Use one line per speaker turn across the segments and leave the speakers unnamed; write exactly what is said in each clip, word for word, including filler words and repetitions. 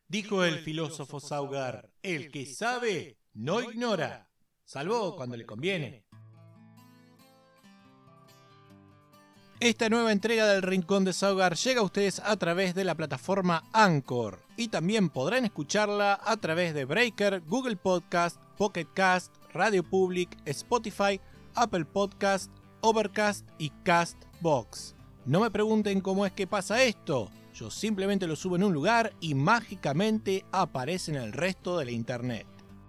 Dijo el filósofo Saugar, el que sabe no ignora, salvo cuando le conviene. Esta nueva entrega del Rincón de Saugar llega a ustedes a través de la plataforma Anchor y también podrán escucharla a través de Breaker, Google Podcast, Pocket Cast, Radio Public, Spotify, Apple Podcast, Overcast y Castbox. No me pregunten cómo es que pasa esto, yo simplemente lo subo en un lugar y mágicamente aparece en el resto de la internet.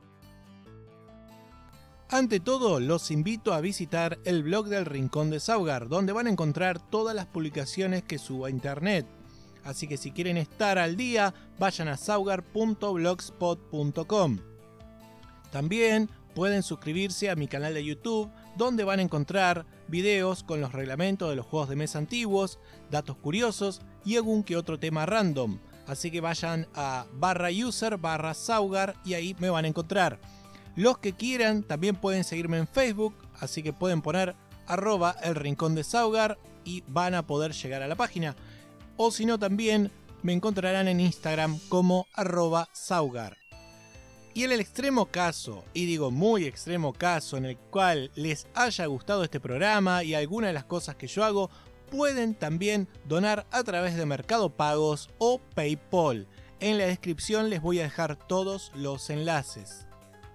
Ante todo, los invito a visitar el blog del Rincón de Saugar, donde van a encontrar todas las publicaciones que subo a internet. Así que si quieren estar al día, vayan a saugar punto blogspot punto com. También pueden suscribirse a mi canal de YouTube, donde van a encontrar videos con los reglamentos de los juegos de mesa antiguos, datos curiosos y algún que otro tema random. Así que vayan a barra user barra saugar y ahí me van a encontrar. Los que quieran también pueden seguirme en Facebook, así que pueden poner arroba el rincón de Saugar y van a poder llegar a la página. O si no, también me encontrarán en Instagram como arroba saugar. Y en el extremo caso, y digo muy extremo caso, en el cual les haya gustado este programa y alguna de las cosas que yo hago, pueden también donar a través de Mercado Pagos o PayPal. En la descripción les voy a dejar todos los enlaces.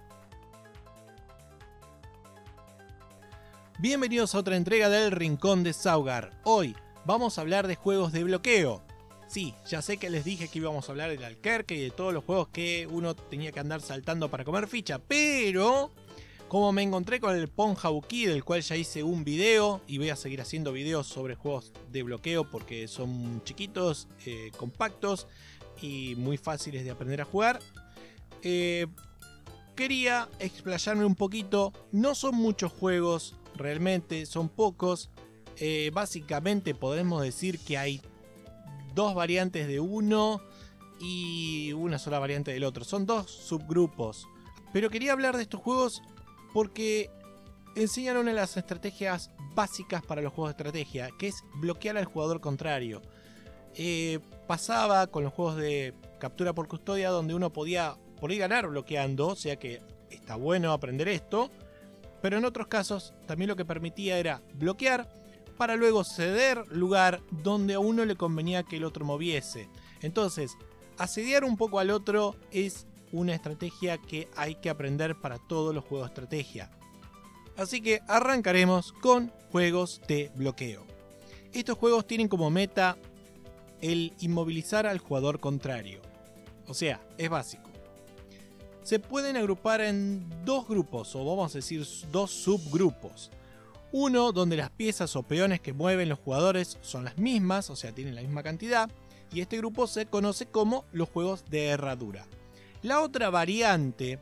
Bienvenidos a otra entrega del Rincón de Saugar. Hoy vamos a hablar de juegos de bloqueo. Sí, ya sé que les dije que íbamos a hablar del Alquerque y de todos los juegos que uno tenía que andar saltando para comer ficha, pero como me encontré con el Ponjauquí, del cual ya hice un video y voy a seguir haciendo videos sobre juegos de bloqueo porque son chiquitos, eh, compactos y muy fáciles de aprender a jugar, eh, quería explayarme un poquito. No son muchos juegos, realmente son pocos. Eh, básicamente podemos decir que hay dos variantes de uno y una sola variante del otro. Son dos subgrupos. Pero quería hablar de estos juegos porque enseñan una de las estrategias básicas para los juegos de estrategia, que es bloquear al jugador contrario. Eh, pasaba con los juegos de captura por custodia, donde uno podía por ahí ganar bloqueando, o sea que está bueno aprender esto. Pero en otros casos también lo que permitía era bloquear para luego ceder lugar donde a uno le convenía que el otro moviese. Entonces, asediar un poco al otro es una estrategia que hay que aprender para todos los juegos de estrategia. Así que arrancaremos con juegos de bloqueo. Estos juegos tienen como meta el inmovilizar al jugador contrario. O sea, es básico. Se pueden agrupar en dos grupos, o vamos a decir dos subgrupos. Uno donde las piezas o peones que mueven los jugadores son las mismas, o sea, tienen la misma cantidad, y este grupo se conoce como los juegos de herradura. La otra variante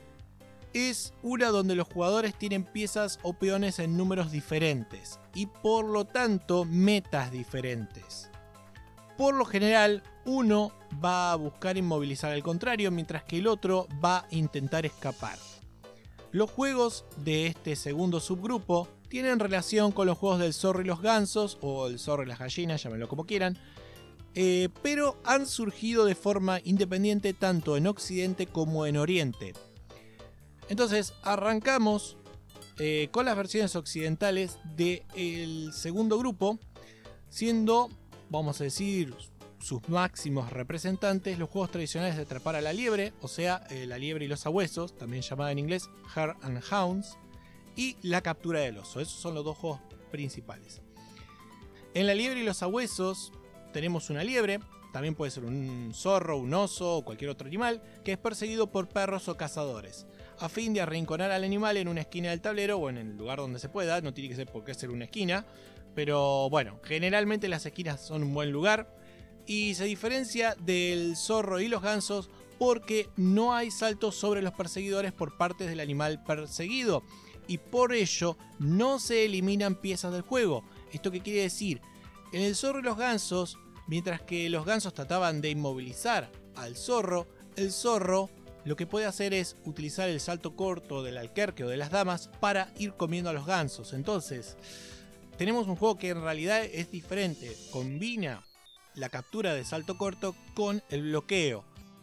es una donde los jugadores tienen piezas o peones en números diferentes, y por lo tanto metas diferentes. Por lo general, uno va a buscar inmovilizar al contrario, mientras que el otro va a intentar escapar. Los juegos de este segundo subgrupo tienen relación con los juegos del zorro y los gansos, o el zorro y las gallinas, llámenlo como quieran, eh, pero han surgido de forma independiente tanto en Occidente como en Oriente. Entonces arrancamos eh, con las versiones occidentales del segundo grupo, siendo, vamos a decir, sus máximos representantes los juegos tradicionales de atrapar a la liebre, o sea, eh, la liebre y los sabuesos, también llamada en inglés Hare and Hounds, y la captura del oso. Esos son los dos juegos principales. En la liebre y los sabuesos tenemos una liebre, también puede ser un zorro, un oso o cualquier otro animal, que es perseguido por perros o cazadores, a fin de arrinconar al animal en una esquina del tablero o en el lugar donde se pueda. No tiene que ser por qué ser una esquina, pero bueno, generalmente las esquinas son un buen lugar. Y se diferencia del zorro y los gansos porque no hay saltos sobre los perseguidores por parte del animal perseguido, y por ello no se eliminan piezas del juego. ¿Esto qué quiere decir? En el zorro y los gansos, mientras que los gansos trataban de inmovilizar al zorro, el zorro lo que puede hacer es utilizar el salto corto del alquerque o de las damas para ir comiendo a los gansos. Entonces, tenemos un juego que en realidad es diferente, combina la captura de salto corto con el bloqueo.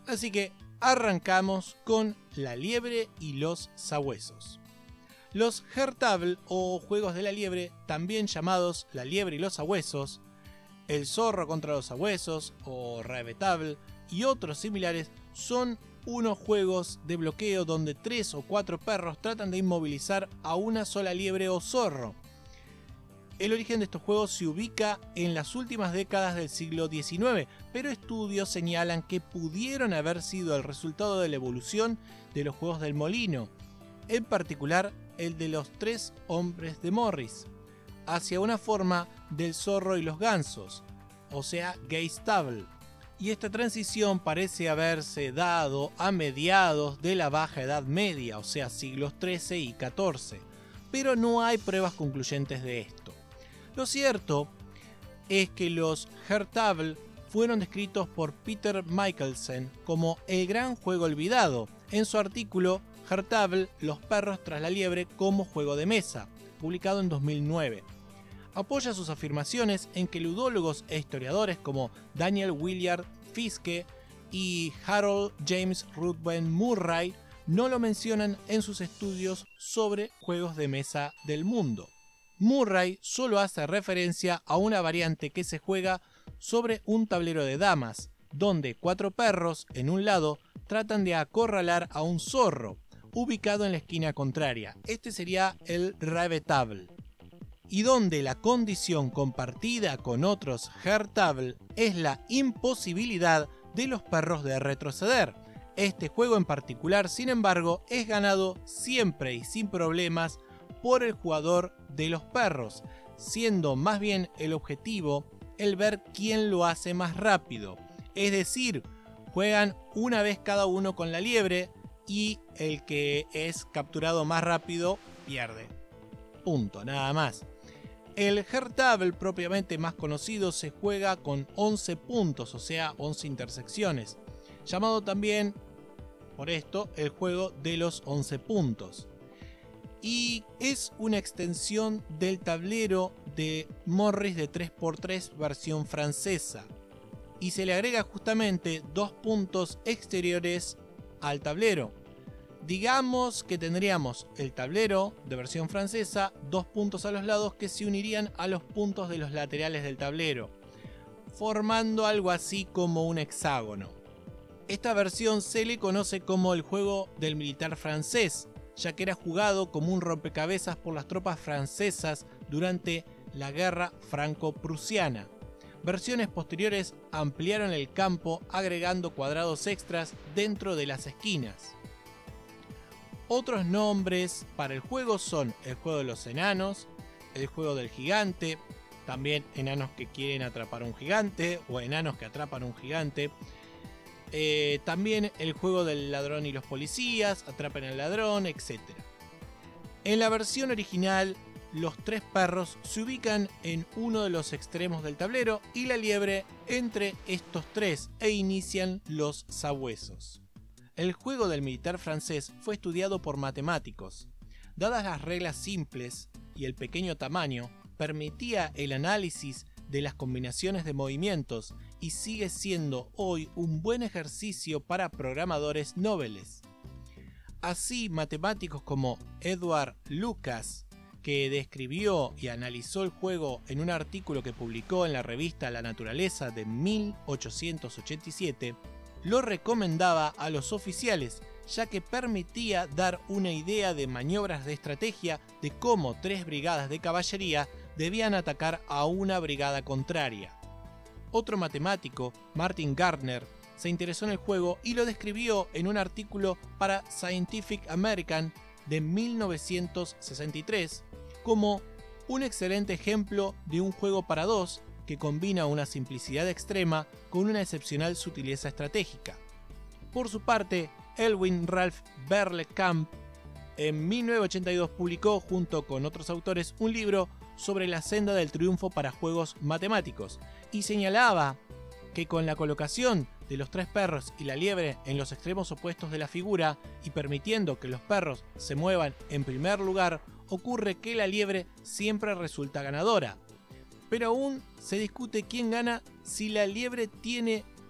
Así que arrancamos con La liebre y los sabuesos. Los Hertable o juegos de la liebre, también llamados La liebre y los sabuesos, El zorro contra los sabuesos o Ravetable y otros similares, son unos juegos de bloqueo donde tres o cuatro perros tratan de inmovilizar a una sola liebre o zorro. El origen de estos juegos se ubica en las últimas décadas del siglo diecinueve, pero estudios señalan que pudieron haber sido el resultado de la evolución de los juegos del molino, en particular el de los tres hombres de Morris, hacia una forma del zorro y los gansos, o sea, Gastable. Y esta transición parece haberse dado a mediados de la Baja Edad Media, o sea, siglos trece y catorce, pero no hay pruebas concluyentes de esto. Lo cierto es que los Hertable fueron descritos por Peter Michelsen como el gran juego olvidado en su artículo Hertable, los perros tras la liebre como juego de mesa, publicado en dos mil nueve. Apoya sus afirmaciones en que ludólogos e historiadores como Daniel Willard Fiske y Harold James Ruthven Murray no lo mencionan en sus estudios sobre juegos de mesa del mundo. Murray solo hace referencia a una variante que se juega sobre un tablero de damas, donde cuatro perros en un lado tratan de acorralar a un zorro, ubicado en la esquina contraria. Este sería el Ravetable. Y donde la condición compartida con otros Hertable es la imposibilidad de los perros de retroceder. Este juego en particular, sin embargo, es ganado siempre y sin problemas por el jugador de los perros, siendo más bien el objetivo el ver quién lo hace más rápido. Es decir, juegan una vez cada uno con la liebre y el que es capturado más rápido pierde. Punto, nada más. El Hertable propiamente más conocido se juega con once puntos, o sea, once intersecciones, llamado también por esto el juego de los once puntos. Y es una extensión del tablero de Morris de tres por tres versión francesa. Y se le agrega justamente dos puntos exteriores al tablero. Digamos que tendríamos el tablero de versión francesa, dos puntos a los lados que se unirían a los puntos de los laterales del tablero, formando algo así como un hexágono. Esta versión se le conoce como el juego del militar francés, ya que era jugado como un rompecabezas por las tropas francesas durante la guerra franco-prusiana. Versiones posteriores ampliaron el campo agregando cuadrados extras dentro de las esquinas. Otros nombres para el juego son el juego de los enanos, el juego del gigante, también enanos que quieren atrapar a un gigante o enanos que atrapan a un gigante. Eh, también el juego del ladrón y los policías, atrapen al ladrón, etcétera. En la versión original, los tres perros se ubican en uno de los extremos del tablero y la liebre entre estos tres e inician los sabuesos. El juego del militar francés fue estudiado por matemáticos. Dadas las reglas simples y el pequeño tamaño, permitía el análisis de las combinaciones de movimientos y sigue siendo hoy un buen ejercicio para programadores noveles. Así, matemáticos como Edward Lucas, que describió y analizó el juego en un artículo que publicó en la revista La Naturaleza de mil ochocientos ochenta y siete, lo recomendaba a los oficiales, ya que permitía dar una idea de maniobras de estrategia de cómo tres brigadas de caballería debían atacar a una brigada contraria. Otro matemático, Martin Gardner, se interesó en el juego y lo describió en un artículo para Scientific American de mil novecientos sesenta y tres como un excelente ejemplo de un juego para dos que combina una simplicidad extrema con una excepcional sutileza estratégica. Por su parte, Elwin Ralph Berlekamp en mil novecientos ochenta y dos publicó, junto con otros autores, un libro sobre la senda del triunfo para juegos matemáticos y señalaba que con la colocación de los tres perros y la liebre en los extremos opuestos de la figura y permitiendo que los perros se muevan en primer lugar, ocurre que la liebre siempre resulta ganadora. Pero aún se discute quién gana si la liebre tiene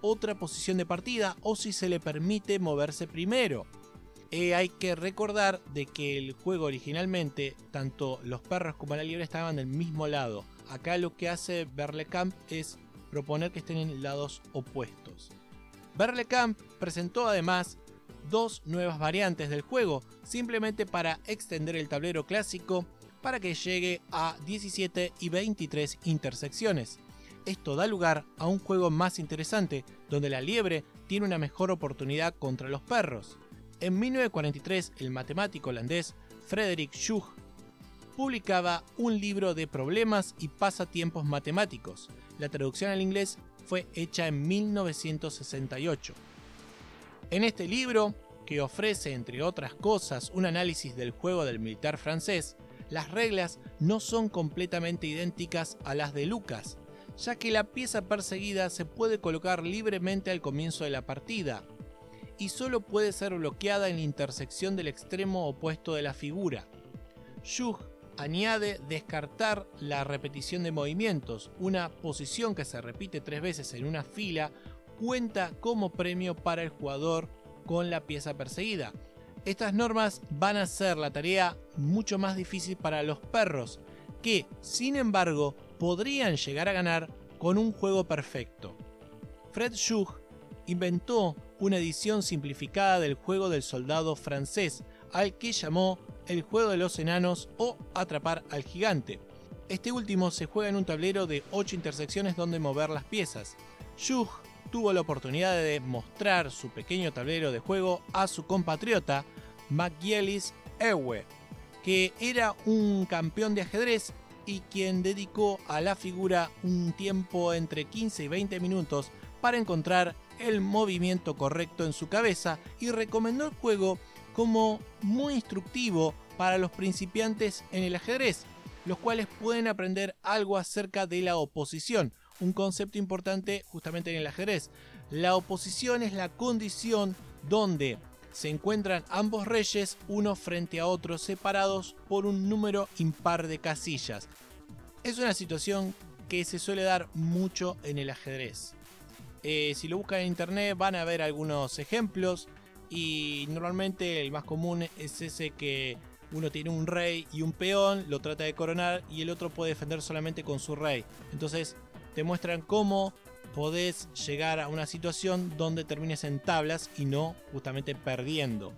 otra posición de partida o si se le permite moverse primero. Eh, hay que recordar de que el juego originalmente, tanto los perros como la liebre estaban del mismo lado. Acá lo que hace Berlekamp es proponer que estén en lados opuestos. Berlekamp presentó además dos nuevas variantes del juego, simplemente para extender el tablero clásico para que llegue a diecisiete y veintitrés intersecciones. Esto da lugar a un juego más interesante, donde la liebre tiene una mejor oportunidad contra los perros. En mil novecientos cuarenta y tres, el matemático holandés Frederik Schuch publicaba un libro de problemas y pasatiempos matemáticos. La traducción al inglés fue hecha en mil novecientos sesenta y ocho. En este libro, que ofrece entre otras cosas un análisis del juego del militar francés, las reglas no son completamente idénticas a las de Lucas, ya que la pieza perseguida se puede colocar libremente al comienzo de la partida y solo puede ser bloqueada en la intersección del extremo opuesto de la figura. Schuch añade descartar la repetición de movimientos. Una posición que se repite tres veces en una fila cuenta como premio para el jugador con la pieza perseguida. Estas normas van a hacer la tarea mucho más difícil para los perros, que, sin embargo, podrían llegar a ganar con un juego perfecto. Fred Schuch inventó una edición simplificada del juego del soldado francés, al que llamó el juego de los enanos o atrapar al gigante. Este último se juega en un tablero de ocho intersecciones donde mover las piezas. Schuch tuvo la oportunidad de mostrar su pequeño tablero de juego a su compatriota Macgillis Ewe, que era un campeón de ajedrez y quien dedicó a la figura un tiempo entre quince y veinte minutos para encontrar el movimiento correcto en su cabeza, y recomendó el juego como muy instructivo para los principiantes en el ajedrez, los cuales pueden aprender algo acerca de la oposición, un concepto importante justamente en el ajedrez. La oposición es la condición donde se encuentran ambos reyes uno frente a otro, separados por un número impar de casillas. Es una situación que se suele dar mucho en el ajedrez. Eh, si lo buscan en internet van a ver algunos ejemplos, y normalmente el más común es ese que uno tiene un rey y un peón, lo trata de coronar y el otro puede defender solamente con su rey. Entonces te muestran cómo podés llegar a una situación donde termines en tablas y no justamente perdiendo.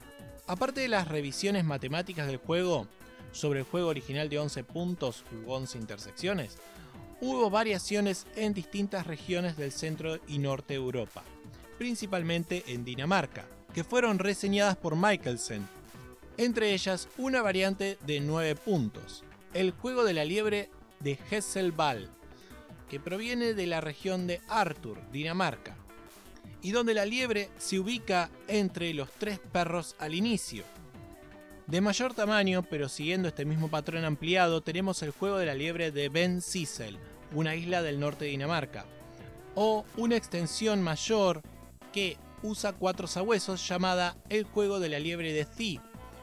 Aparte de las revisiones matemáticas del juego sobre el juego original de once puntos u once intersecciones, hubo variaciones en distintas regiones del centro y norte de Europa, principalmente en Dinamarca, que fueron reseñadas por Michelsen. Entre ellas, una variante de nueve puntos, el juego de la liebre de Hesselball, que proviene de la región de Arthur, Dinamarca, y donde la liebre se ubica entre los tres perros al inicio. De mayor tamaño, pero siguiendo este mismo patrón ampliado, tenemos el juego de la liebre de Ben Sissel, una isla del norte de Dinamarca, o una extensión mayor que usa cuatro sabuesos llamada el juego de la liebre de Thie,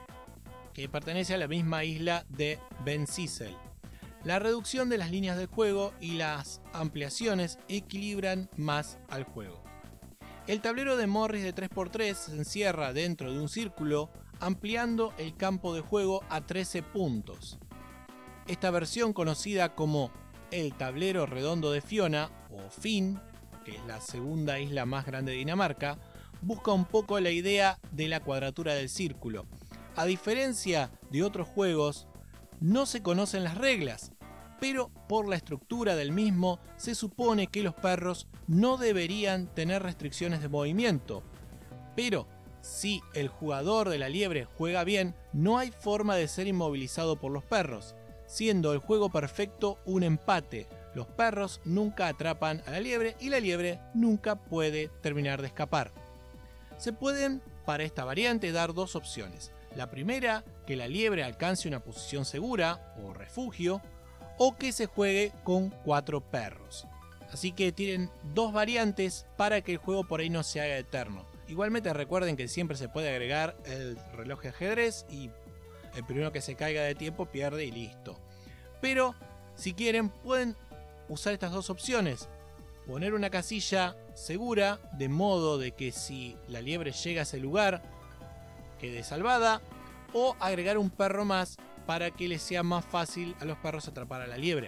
que pertenece a la misma isla de Ben Sissel. La reducción de las líneas del juego y las ampliaciones equilibran más al juego. El tablero de Morris de tres por tres se encierra dentro de un círculo, ampliando el campo de juego a trece puntos. Esta versión, conocida como el tablero redondo de Fiona o Finn, que es la segunda isla más grande de Dinamarca, busca un poco la idea de la cuadratura del círculo. A diferencia de otros juegos, no se conocen las reglas, pero por la estructura del mismo se supone que los perros no deberían tener restricciones de movimiento. Pero si el jugador de la liebre juega bien, no hay forma de ser inmovilizado por los perros, siendo el juego perfecto un empate. Los perros nunca atrapan a la liebre y la liebre nunca puede terminar de escapar. Se pueden, para esta variante, dar dos opciones. La primera, que la liebre alcance una posición segura o refugio, o que se juegue con cuatro perros. Así que tienen dos variantes para que el juego por ahí no se haga eterno. Igualmente recuerden que siempre se puede agregar el reloj de ajedrez y el primero que se caiga de tiempo pierde y listo. Pero si quieren pueden usar estas dos opciones. poner una casilla segura de modo de que si la liebre llega a ese lugar quede salvada, o agregar un perro más para que les sea más fácil a los perros atrapar a la liebre.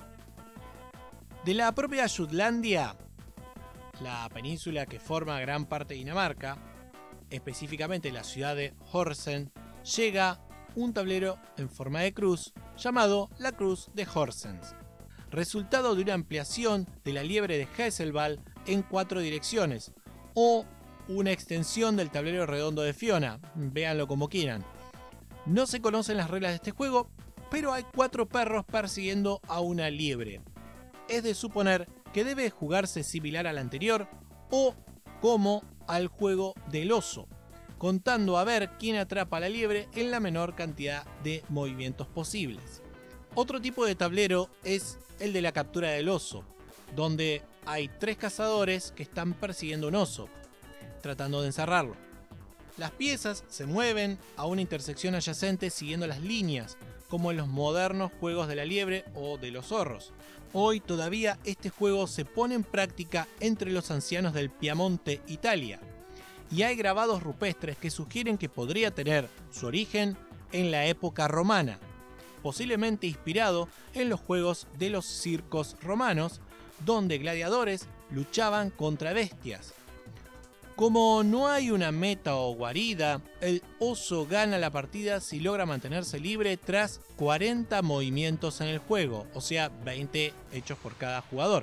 De la propia Jutlandia, la península que forma gran parte de Dinamarca, específicamente la ciudad de Horsens, llega un tablero en forma de cruz llamado la Cruz de Horsens, resultado de una ampliación de la liebre de Hesselball en cuatro direcciones, o una extensión del tablero redondo de Fiona, véanlo como quieran. No se conocen las reglas de este juego, pero hay cuatro perros persiguiendo a una liebre. Es de suponer que debe jugarse similar al anterior o como al juego del oso, contando a ver quién atrapa a la liebre en la menor cantidad de movimientos posibles. Otro tipo de tablero es el de la captura del oso, donde hay tres cazadores que están persiguiendo un oso, tratando de encerrarlo. Las piezas se mueven a una intersección adyacente siguiendo las líneas, como en los modernos juegos de la liebre o de los zorros. Hoy todavía este juego se pone en práctica entre los ancianos del Piamonte, Italia, y hay grabados rupestres que sugieren que podría tener su origen en la época romana, posiblemente inspirado en los juegos de los circos romanos, donde gladiadores luchaban contra bestias. Como no hay una meta o guarida, el oso gana la partida si logra mantenerse libre tras cuarenta movimientos en el juego, o sea, veinte hechos por cada jugador.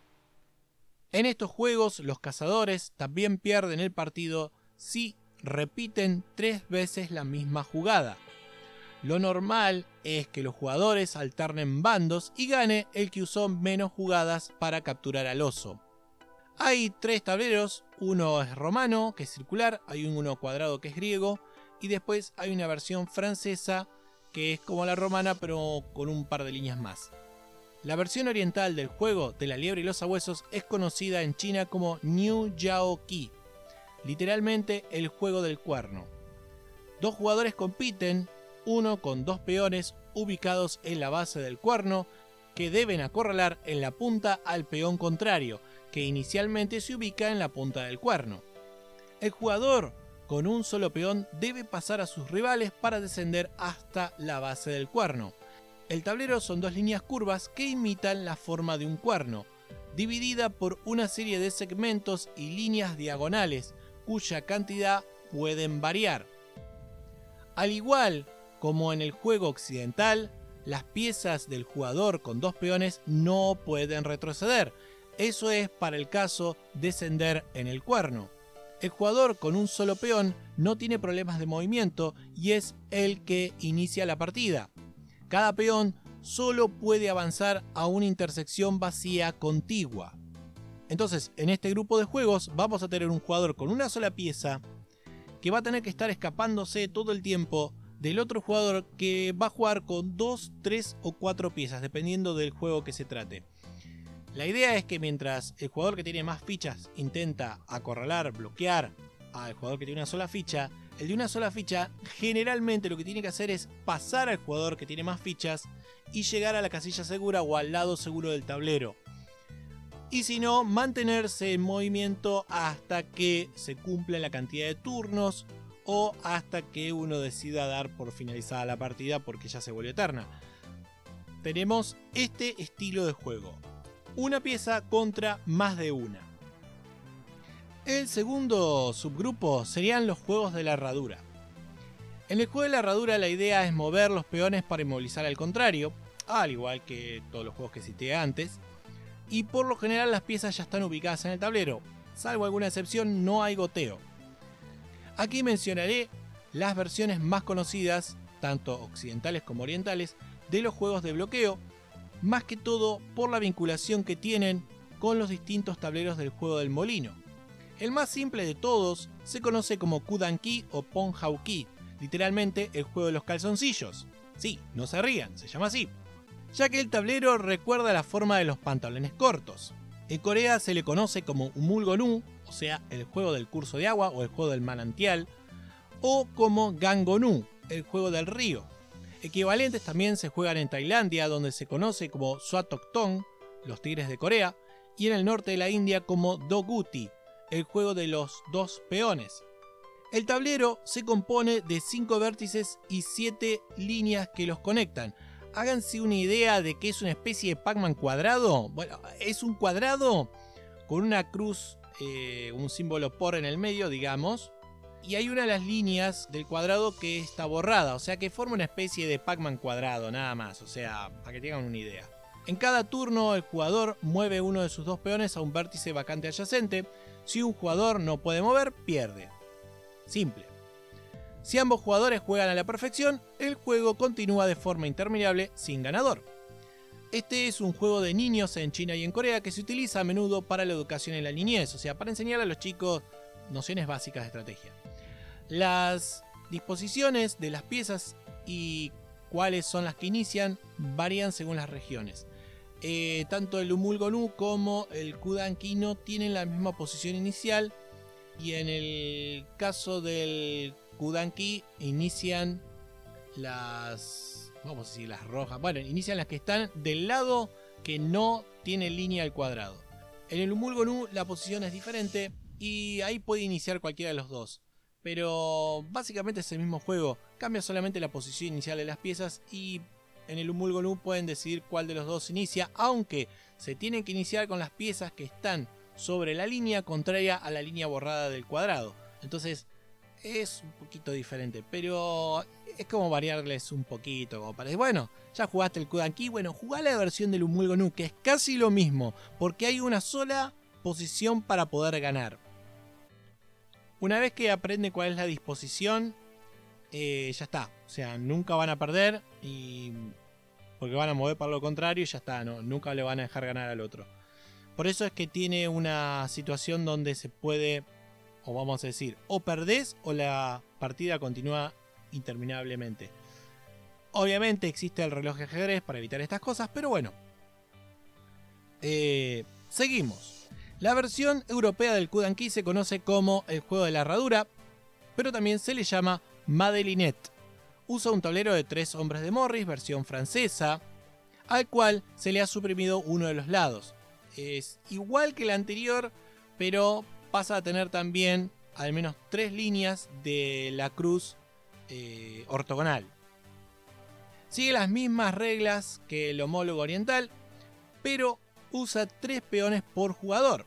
En estos juegos, los cazadores también pierden el partido si repiten tres veces la misma jugada. Lo normal es que los jugadores alternen bandos y gane el que usó menos jugadas para capturar al oso. Hay tres tableros, uno es romano, que es circular, hay uno cuadrado que es griego, y después hay una versión francesa que es como la romana pero con un par de líneas más. La versión oriental del juego de la liebre y los sabuesos es conocida en China como Niu Yao Qi, literalmente el juego del cuerno. Dos jugadores compiten, uno con dos peones ubicados en la base del cuerno que deben acorralar en la punta al peón contrario, que inicialmente se ubica en la punta del cuerno. El jugador con un solo peón debe pasar a sus rivales para descender hasta la base del cuerno. El tablero son dos líneas curvas que imitan la forma de un cuerno, dividida por una serie de segmentos y líneas diagonales, cuya cantidad pueden variar. Al igual como en el juego occidental, las piezas del jugador con dos peones no pueden retroceder. Eso es para el caso descender en el cuerno. El jugador con un solo peón no tiene problemas de movimiento y es el que inicia la partida. Cada peón solo puede avanzar a una intersección vacía contigua. Entonces, en este grupo de juegos vamos a tener un jugador con una sola pieza que va a tener que estar escapándose todo el tiempo del otro jugador que va a jugar con dos, tres o cuatro piezas, dependiendo del juego que se trate. La idea es que mientras el jugador que tiene más fichas intenta acorralar, bloquear al jugador que tiene una sola ficha, el de una sola ficha generalmente lo que tiene que hacer es pasar al jugador que tiene más fichas y llegar a la casilla segura o al lado seguro del tablero. Y si no, mantenerse en movimiento hasta que se cumpla la cantidad de turnos o hasta que uno decida dar por finalizada la partida porque ya se volvió eterna. Tenemos este estilo de juego. Una pieza contra más de una. El segundo subgrupo serían los juegos de la herradura. En el juego de la herradura la idea es mover los peones para inmovilizar al contrario, al igual que todos los juegos que cité antes, y por lo general las piezas ya están ubicadas en el tablero, salvo alguna excepción no hay goteo. Aquí mencionaré las versiones más conocidas, tanto occidentales como orientales, de los juegos de bloqueo, más que todo por la vinculación que tienen con los distintos tableros del juego del molino. El más simple de todos se conoce como Kudan-ki o Pon-hau-ki, literalmente el juego de los calzoncillos. Sí, no se rían, se llama así, ya que el tablero recuerda la forma de los pantalones cortos. En Corea se le conoce como Umulgonu, o sea, el juego del curso de agua o el juego del manantial, o como Gangonu, el juego del río. Equivalentes también se juegan en Tailandia, donde se conoce como Swatokthong, los tigres de Corea, y en el norte de la India como Doguti, el juego de los dos peones. El tablero se compone de cinco vértices y siete líneas que los conectan. Háganse una idea de que es una especie de Pac-Man cuadrado. Bueno, es un cuadrado con una cruz, eh, un símbolo por en el medio, digamos. Y hay una de las líneas del cuadrado que está borrada, o sea que forma una especie de Pac-Man cuadrado, nada más, o sea, para que tengan una idea. En cada turno el jugador mueve uno de sus dos peones a un vértice vacante adyacente. Si un jugador no puede mover, pierde. Simple. Si ambos jugadores juegan a la perfección, el juego continúa de forma interminable sin ganador. Este es un juego de niños en China y en Corea que se utiliza a menudo para la educación en la niñez, o sea, para enseñar a los chicos nociones básicas de estrategia. Las disposiciones de las piezas y cuáles son las que inician varían según las regiones. Eh, tanto el Umul-Gonu como el Kudan-Ki no tienen la misma posición inicial, y en el caso del Kudan-Ki inician las, vamos a decir, las rojas, bueno, inician las que están del lado que no tiene línea al cuadrado. En el Umul-Gonu la posición es diferente y ahí puede iniciar cualquiera de los dos. Pero básicamente es el mismo juego, cambia solamente la posición inicial de las piezas y en el Umul-Gonu pueden decidir cuál de los dos inicia, aunque se tienen que iniciar con las piezas que están sobre la línea contraria a la línea borrada del cuadrado. Entonces es un poquito diferente, pero es como variarles un poquito, como para decir, bueno, ya jugaste el Kudan-Ki, bueno, jugá la versión del Umul-Gonu, que es casi lo mismo, porque hay una sola posición para poder ganar. Una vez que aprenden cuál es la disposición, eh, ya está. O sea, nunca van a perder y porque van a mover para lo contrario y ya está. No, nunca le van a dejar ganar al otro. Por eso es que tiene una situación donde se puede, o vamos a decir, o perdés o la partida continúa interminablemente. Obviamente existe el reloj de ajedrez para evitar estas cosas, pero bueno. Eh, seguimos. La versión europea del Kudan-Ki se conoce como el juego de la herradura, pero también se le llama Madelinet. Usa un tablero de tres hombres de Morris, versión francesa, al cual se le ha suprimido uno de los lados. Es igual que el anterior, pero pasa a tener también al menos tres líneas de la cruz eh, ortogonal. Sigue las mismas reglas que el homólogo oriental, pero usa tres peones por jugador.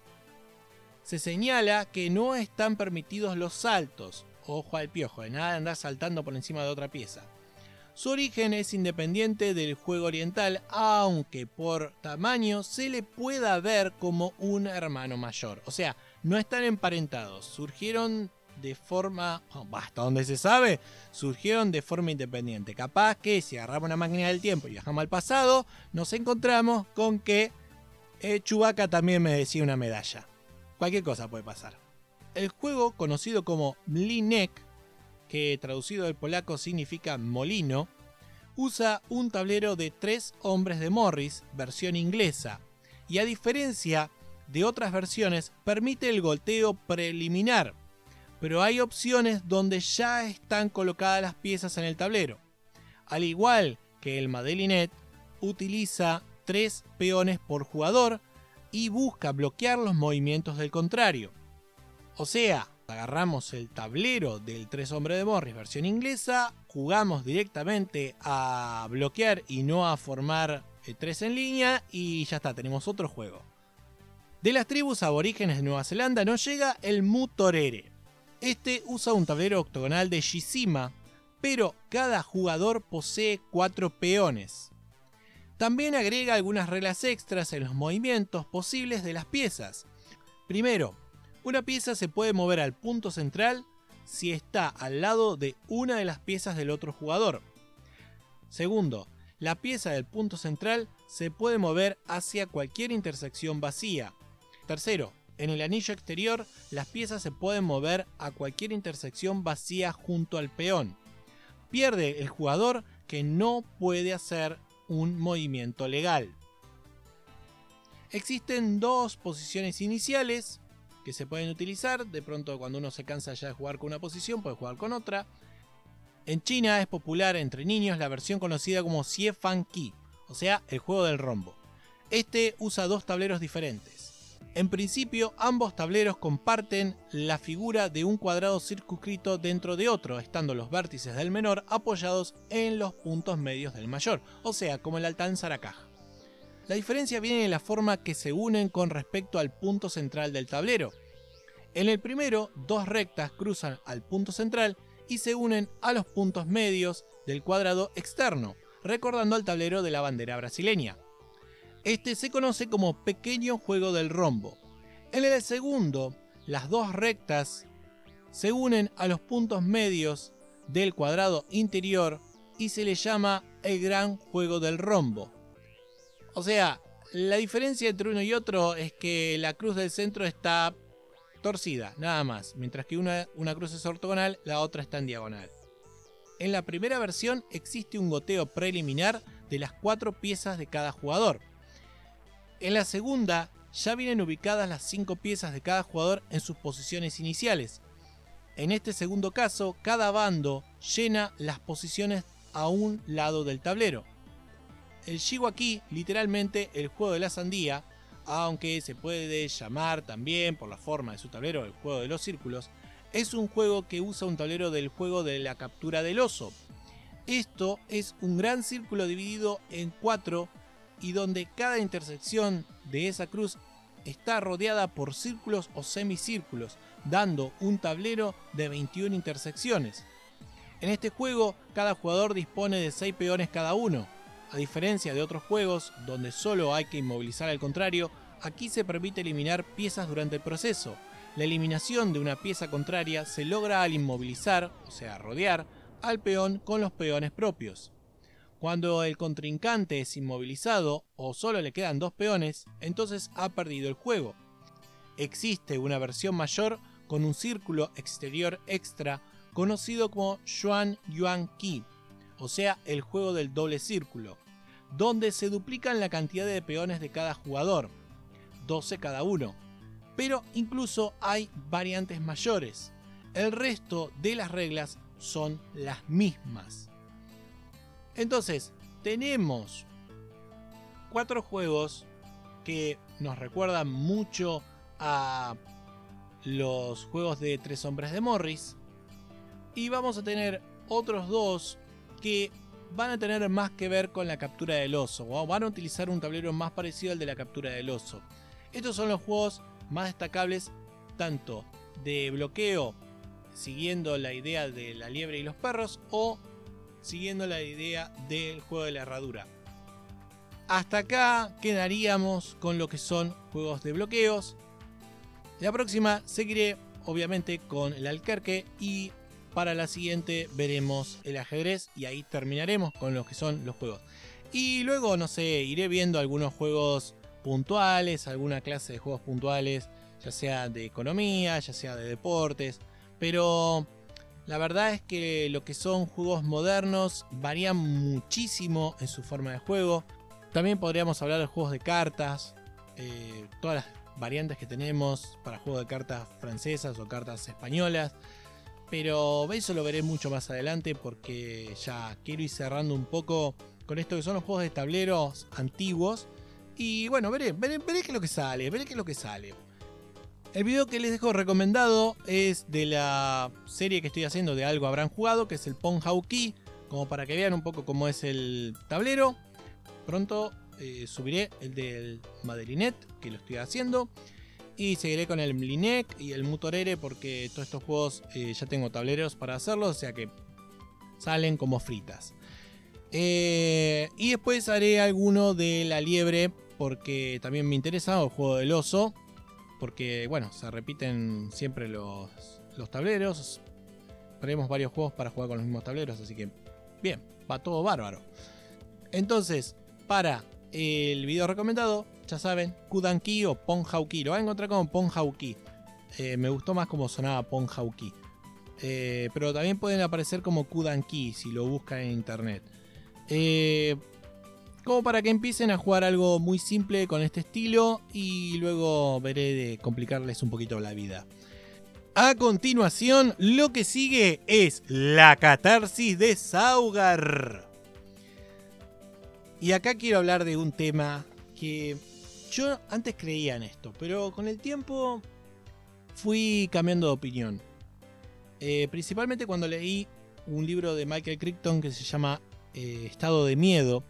Se señala que no están permitidos los saltos. Ojo al piojo, de nada de andar saltando por encima de otra pieza. Su origen es independiente del juego oriental, aunque por tamaño se le pueda ver como un hermano mayor. O sea, no están emparentados, surgieron de forma, hasta donde se sabe, surgieron de forma independiente. Capaz que si agarramos una máquina del tiempo y viajamos al pasado, nos encontramos con que eh, Chewbacca también merecía una medalla. Cualquier cosa puede pasar. El juego, conocido como Mlinek, que traducido del polaco significa molino, usa un tablero de tres hombres de Morris, versión inglesa, y a diferencia de otras versiones, permite el golpeo preliminar, pero hay opciones donde ya están colocadas las piezas en el tablero. Al igual que el Madelinet, utiliza tres peones por jugador y busca bloquear los movimientos del contrario. O sea, agarramos el tablero del tres hombres de Morris versión inglesa, jugamos directamente a bloquear y no a formar eh, tres en línea y ya está, tenemos otro juego. De las tribus aborígenes de Nueva Zelanda nos llega el Mutorere. Este usa un tablero octogonal de Shizima, pero cada jugador posee cuatro peones. También agrega algunas reglas extras en los movimientos posibles de las piezas. Primero, una pieza se puede mover al punto central si está al lado de una de las piezas del otro jugador. Segundo, la pieza del punto central se puede mover hacia cualquier intersección vacía. Tercero, en el anillo exterior las piezas se pueden mover a cualquier intersección vacía junto al peón. Pierde el jugador que no puede hacer un movimiento legal. Existen dos posiciones iniciales que se pueden utilizar. De pronto, cuando uno se cansa ya de jugar con una posición, puede jugar con otra. En China es popular entre niños la versión conocida como Xie Fan Qi, o sea, el juego del rombo. Este usa dos tableros diferentes. En principio, ambos tableros comparten la figura de un cuadrado circunscrito dentro de otro, estando los vértices del menor apoyados en los puntos medios del mayor, o sea, como el Altanzaracaj. La diferencia viene en la forma que se unen con respecto al punto central del tablero. En el primero, dos rectas cruzan al punto central y se unen a los puntos medios del cuadrado externo, recordando al tablero de la bandera brasileña. Este se conoce como pequeño juego del rombo. En el segundo, las dos rectas se unen a los puntos medios del cuadrado interior y se le llama el gran juego del rombo. O sea, la diferencia entre uno y otro es que la cruz del centro está torcida, nada más, mientras que una, una cruz es ortogonal, la otra está en diagonal. En la primera versión existe un goteo preliminar de las cuatro piezas de cada jugador. En la segunda ya vienen ubicadas las cinco piezas de cada jugador en sus posiciones iniciales. En este segundo caso, cada bando llena las posiciones a un lado del tablero. El Shiwaki, literalmente el juego de la sandía, aunque se puede llamar también por la forma de su tablero el juego de los círculos, es un juego que usa un tablero del juego de la captura del oso. Esto es un gran círculo dividido en cuatro y donde cada intersección de esa cruz está rodeada por círculos o semicírculos, dando un tablero de veintiuna intersecciones. En este juego, cada jugador dispone de seis peones cada uno. A diferencia de otros juegos, donde solo hay que inmovilizar al contrario, aquí se permite eliminar piezas durante el proceso. La eliminación de una pieza contraria se logra al inmovilizar, o sea, rodear, al peón con los peones propios. Cuando el contrincante es inmovilizado o solo le quedan dos peones, entonces ha perdido el juego. Existe una versión mayor con un círculo exterior extra conocido como Xuan Yuan Qi, o sea, el juego del doble círculo, donde se duplican la cantidad de peones de cada jugador, doce cada uno, pero incluso hay variantes mayores. El resto de las reglas son las mismas. Entonces, tenemos cuatro juegos que nos recuerdan mucho a los juegos de Tres Hombres de Morris. Y vamos a tener otros dos que van a tener más que ver con la captura del oso. ¿O? Van a utilizar un tablero más parecido al de la captura del oso. Estos son los juegos más destacables, tanto de bloqueo, siguiendo la idea de la liebre y los perros, o siguiendo la idea del juego de la herradura. Hasta acá quedaríamos con lo que son juegos de bloqueos. La próxima seguiré obviamente con el Alquerque y para la siguiente veremos el ajedrez y ahí terminaremos con lo que son los juegos. Y luego, no sé, iré viendo algunos juegos puntuales, alguna clase de juegos puntuales, ya sea de economía, ya sea de deportes, pero la verdad es que lo que son juegos modernos varían muchísimo en su forma de juego. También podríamos hablar de juegos de cartas, eh, todas las variantes que tenemos para juegos de cartas francesas o cartas españolas. Pero eso lo veré mucho más adelante porque ya quiero ir cerrando un poco con esto que son los juegos de tableros antiguos. Y bueno, veré, veré, veré qué es lo que sale, veré qué es lo que sale. El video que les dejo recomendado es de la serie que estoy haciendo de Algo Habrán Jugado, que es el Ponghauqui, como para que vean un poco cómo es el tablero. Pronto eh, subiré el del Madelinet, que lo estoy haciendo. Y seguiré con el Mlinek y el Mutorere porque todos estos juegos eh, ya tengo tableros para hacerlos, o sea que salen como fritas. Eh, y después haré alguno de la liebre porque también me interesa, o el juego del oso, porque bueno, se repiten siempre los, los tableros. Haremos varios juegos para jugar con los mismos tableros, así que bien, va todo bárbaro. Entonces, para el video recomendado, ya saben, Kudanki o Ponghauqui. Lo van a encontrar como Ponghauqui. Eh, me gustó más como sonaba Ponghauqui. Eh, pero también pueden aparecer como Kudanki si lo buscan en internet. Eh, como para que empiecen a jugar algo muy simple con este estilo. Y luego veré de complicarles un poquito la vida. A continuación, lo que sigue es la catarsis de Saugar. Y acá quiero hablar de un tema que yo antes creía en esto, pero con el tiempo fui cambiando de opinión. Eh, principalmente cuando leí un libro de Michael Crichton que se llama eh, Estado de Miedo.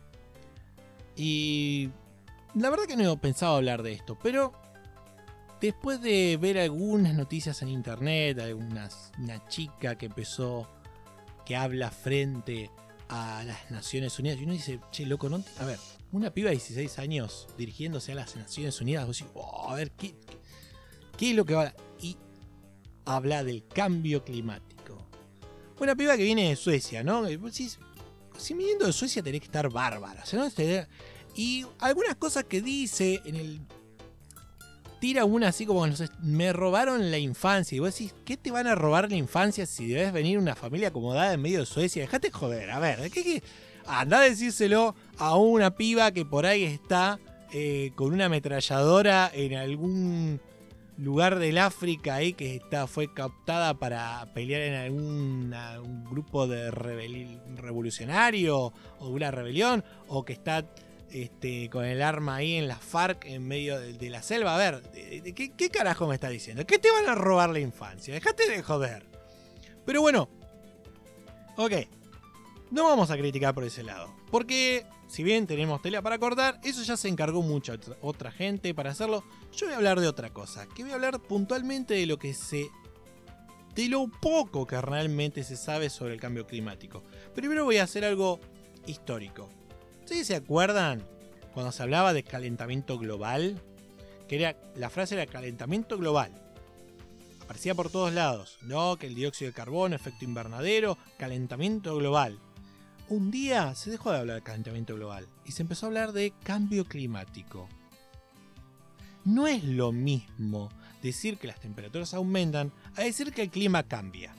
Y la verdad que no pensaba hablar de esto, pero después de ver algunas noticias en internet, algunas, una chica que empezó, que habla frente a las Naciones Unidas, y uno dice, che, loco, no, a ver, una piba de dieciséis años dirigiéndose a las Naciones Unidas, vos decís, oh, a ver, ¿qué, qué, qué es lo que va? Y habla del cambio climático. Una piba que viene de Suecia, ¿no? Y vos decís, si viniendo de Suecia tenés que estar bárbara, ¿no? Y algunas cosas que dice en el... Tira una así como, no sé, me robaron la infancia. Y vos decís, ¿qué te van a robar la infancia si debes venir una familia acomodada en medio de Suecia? Dejate joder, a ver, ¿qué, qué? Andá a decírselo a una piba que por ahí está eh, con una ametralladora en algún lugar del África ahí que está, fue captada para pelear en algún un grupo de rebel, revolucionario o de una rebelión, o que está... Este, con el arma ahí en la FARC en medio de, de la selva. A ver, de, de, ¿qué, ¿qué carajo me estás diciendo? ¿Qué te van a robar la infancia? Dejate de joder. Pero bueno, ok, no vamos a criticar por ese lado, porque si bien tenemos tela para cortar, eso ya se encargó mucha otra gente para hacerlo. Yo voy a hablar de otra cosa, que voy a hablar puntualmente de lo que se... de lo poco que realmente se sabe sobre el cambio climático. Primero voy a hacer algo histórico. ¿Ustedes se acuerdan cuando se hablaba de calentamiento global? Que era, la frase era calentamiento global. Aparecía por todos lados. No, que el dióxido de carbono, efecto invernadero, calentamiento global. Un día se dejó de hablar de calentamiento global y se empezó a hablar de cambio climático. No es lo mismo decir que las temperaturas aumentan a decir que el clima cambia.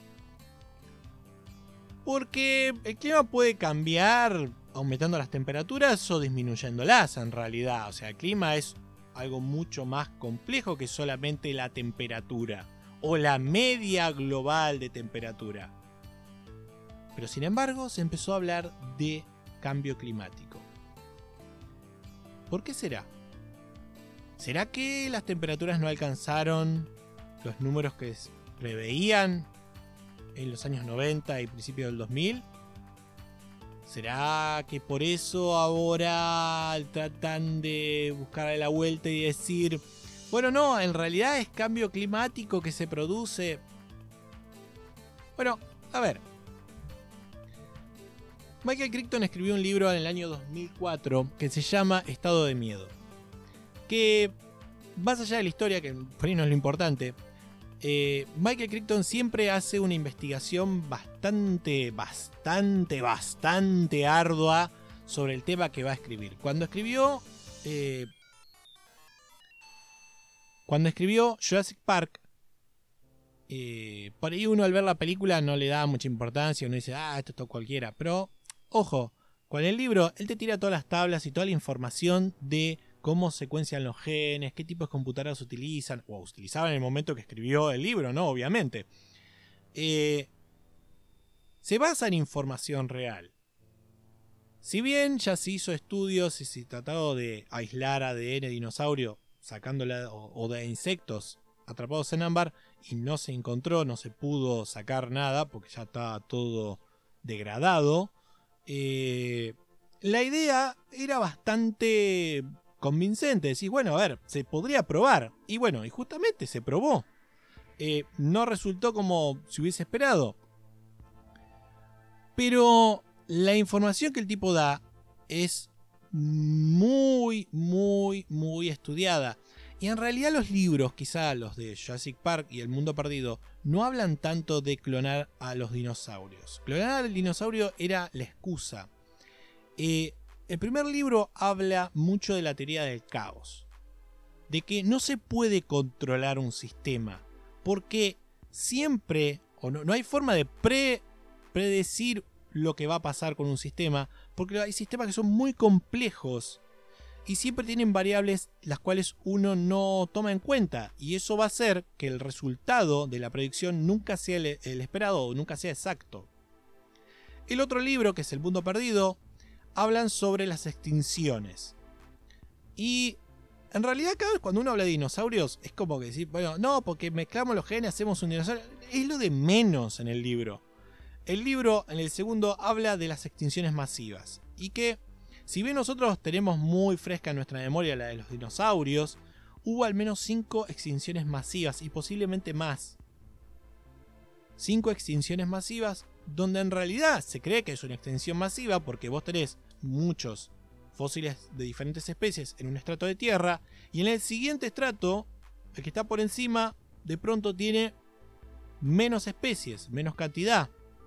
Porque el clima puede cambiar aumentando las temperaturas o disminuyéndolas en realidad. O sea, el clima es algo mucho más complejo que solamente la temperatura o la media global de temperatura. Pero sin embargo se empezó a hablar de cambio climático. ¿Por qué será? ¿Será que las temperaturas no alcanzaron los números que preveían en los años noventa y principios del dos mil? ¿Será que por eso ahora tratan de buscar la vuelta y decir, bueno, no, en realidad es cambio climático que se produce? Bueno, a ver. Michael Crichton escribió un libro en el año dos mil cuatro que se llama Estado de Miedo. Que, más allá de la historia, que por ahí no es lo importante, Eh, Michael Crichton siempre hace una investigación bastante, bastante, bastante ardua sobre el tema que va a escribir. Cuando escribió, eh, cuando escribió Jurassic Park, eh, por ahí uno al ver la película no le da mucha importancia, uno dice, ah, esto es todo cualquiera. Pero, ojo, con el libro él te tira todas las tablas y toda la información de cómo secuencian los genes, qué tipos de computadoras utilizan, o utilizaban en el momento que escribió el libro, ¿no? Obviamente. Eh, se basa en información real. Si bien ya se hizo estudios y se tratado de aislar A D N de dinosaurio, sacándola, o, o de insectos atrapados en ámbar, y no se encontró, no se pudo sacar nada, porque ya estaba todo degradado, eh, la idea era bastante convincente. Decís, bueno, a ver, se podría probar. Y bueno, y justamente se probó. Eh, no resultó como se hubiese esperado. Pero la información que el tipo da es muy, muy, muy estudiada. Y en realidad los libros, quizá los de Jurassic Park y El Mundo Perdido, no hablan tanto de clonar a los dinosaurios. Clonar al dinosaurio era la excusa. Eh... El primer libro habla mucho de la teoría del caos, de que no se puede controlar un sistema, porque siempre, o no, no hay forma de pre, predecir lo que va a pasar con un sistema, porque hay sistemas que son muy complejos y siempre tienen variables las cuales uno no toma en cuenta, y eso va a hacer que el resultado de la predicción nunca sea el, el esperado o nunca sea exacto. El otro libro, que es El Mundo Perdido, hablan sobre las extinciones. Y En realidad, cada vez cuando uno habla de dinosaurios, es como que decir, bueno, no, porque mezclamos los genes, hacemos un dinosaurio. Es lo de menos en el libro. El libro, en el segundo, habla de las extinciones masivas. Y que, si bien nosotros tenemos muy fresca en nuestra memoria la de los dinosaurios, hubo al menos cinco extinciones masivas y posiblemente más. Cinco extinciones masivas donde en realidad se cree que es una extinción masiva porque vos tenés muchos fósiles de diferentes especies en un estrato de tierra y en el siguiente estrato, el que está por encima, de pronto tiene menos especies, menos cantidad.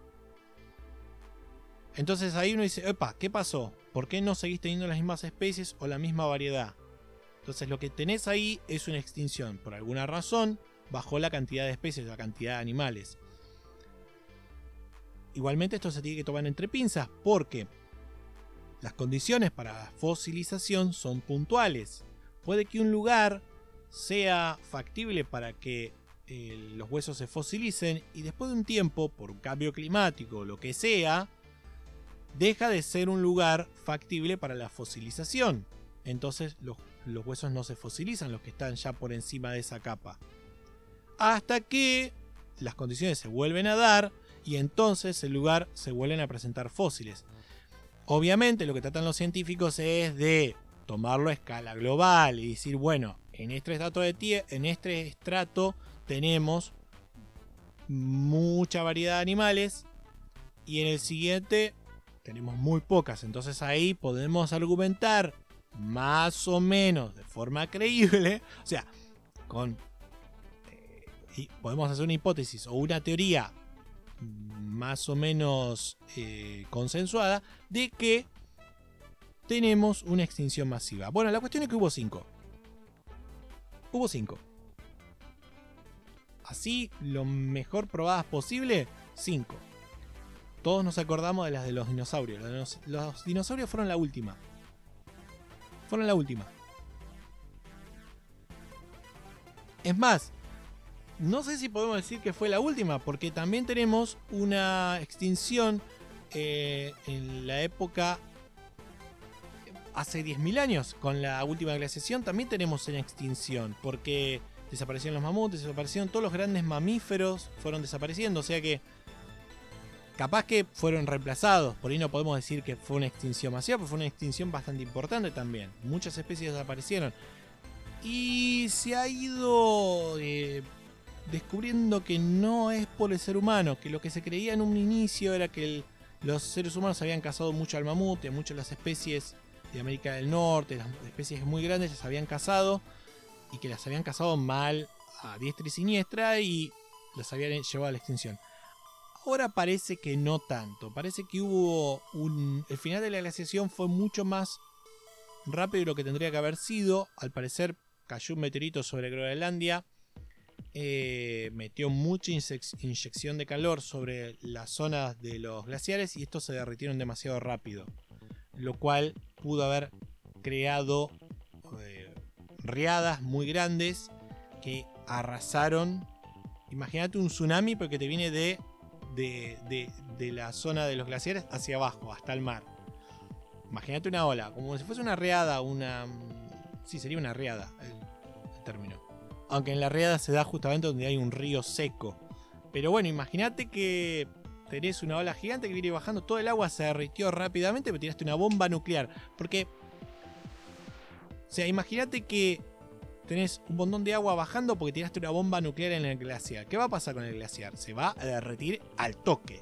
Entonces ahí uno dice, epa, ¿qué pasó? ¿Por qué no seguís teniendo las mismas especies o la misma variedad? Entonces lo que tenés ahí es una extinción. Por alguna razón bajó la cantidad de especies, la cantidad de animales. Igualmente esto se tiene que tomar entre pinzas porque las condiciones para la fosilización son puntuales. Puede que un lugar sea factible para que eh, los huesos se fosilicen y después de un tiempo, por un cambio climático o lo que sea, deja de ser un lugar factible para la fosilización. Entonces los, los huesos no se fosilizan, los que están ya por encima de esa capa. Hasta que las condiciones se vuelven a dar y entonces el lugar se vuelven a presentar fósiles. Obviamente lo que tratan los científicos es de tomarlo a escala global y decir, bueno, en este estrato, de tie- en este estrato tenemos mucha variedad de animales y en el siguiente tenemos muy pocas. Entonces ahí podemos argumentar más o menos de forma creíble, o sea, con eh, y podemos hacer una hipótesis o una teoría más o menos eh, consensuada de que tenemos una extinción masiva. Bueno, la cuestión es que hubo cinco. Hubo cinco. Así, lo mejor probadas posible, cinco. Todos nos acordamos de las de los dinosaurios. Los, los dinosaurios fueron la última. Fueron la última. Es más, no sé si podemos decir que fue la última, porque también tenemos una extinción eh, en la época, hace diez mil años, con la última glaciación también tenemos una extinción, porque desaparecieron los mamuts, desaparecieron todos los grandes mamíferos, fueron desapareciendo, o sea que capaz que fueron reemplazados, por ahí no podemos decir que fue una extinción masiva, pero fue una extinción bastante importante también, muchas especies desaparecieron. Y se ha ido eh, descubriendo que no es por el ser humano, que lo que se creía en un inicio era que el, los seres humanos habían cazado mucho al mamut, y muchas de las especies de América del Norte, las especies muy grandes las habían cazado y que las habían cazado mal a diestra y siniestra y las habían llevado a la extinción. Ahora parece que no tanto, parece que hubo un... el final de la glaciación fue mucho más rápido de lo que tendría que haber sido. Al parecer cayó un meteorito sobre Groenlandia, eh, metió mucha inyección de calor sobre las zonas de los glaciares y estos se derritieron demasiado rápido, lo cual pudo haber creado eh, riadas muy grandes que arrasaron. Imagínate un tsunami porque te viene de, de, de, de la zona de los glaciares hacia abajo, hasta el mar. Imagínate una ola, como si fuese una riada, una... sí, sería una riada el, el término. Aunque en la riada se da justamente donde hay un río seco. Pero bueno, imagínate que tenés una ola gigante que viene bajando, todo el agua se derritió rápidamente, pero tiraste una bomba nuclear. Porque, o sea, imagínate que tenés un montón de agua bajando porque tiraste una bomba nuclear en el glaciar. ¿Qué va a pasar con el glaciar? Se va a derretir al toque.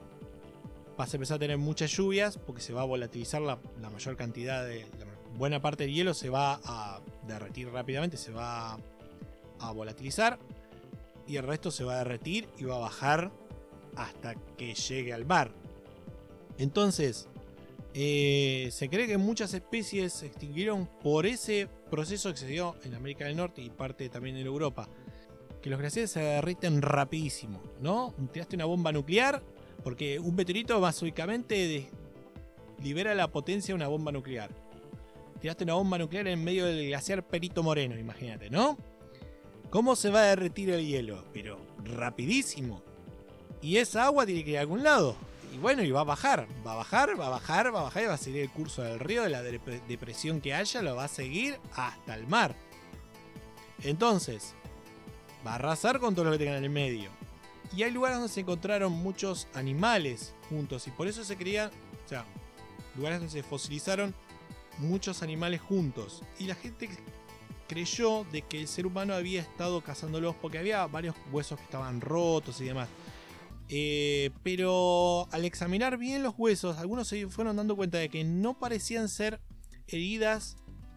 Vas a empezar a tener muchas lluvias porque se va a volatilizar la, la mayor cantidad de... La buena parte del hielo se va a derretir rápidamente, se va a volatilizar y el resto se va a derretir y va a bajar hasta que llegue al mar. Entonces, eh, se cree que muchas especies se extinguieron por ese proceso que se dio en América del Norte y parte también en Europa. Que los glaciares se derriten rapidísimo, ¿no? Tiraste una bomba nuclear, porque un meteorito básicamente de, libera la potencia de una bomba nuclear. Tiraste una bomba nuclear en medio del glaciar Perito Moreno, imagínate, ¿no? ¿Cómo se va a derretir el hielo? Pero rapidísimo. Y esa agua tiene que ir a algún lado. y bueno, y va a bajar, va a bajar, va a bajar, va a bajar y va a seguir el curso del río, de la dep- depresión que haya, lo va a seguir hasta el mar. Entonces, va a arrasar con todo lo que tenga en el medio. Y hay lugares donde se encontraron muchos animales juntos y por eso se creían, o sea, lugares donde se fosilizaron muchos animales juntos. Y la gente creyó de que el ser humano había estado cazándolos porque había varios huesos que estaban rotos y demás. Eh, pero al examinar bien los huesos, algunos se fueron dando cuenta de que no parecían ser heridas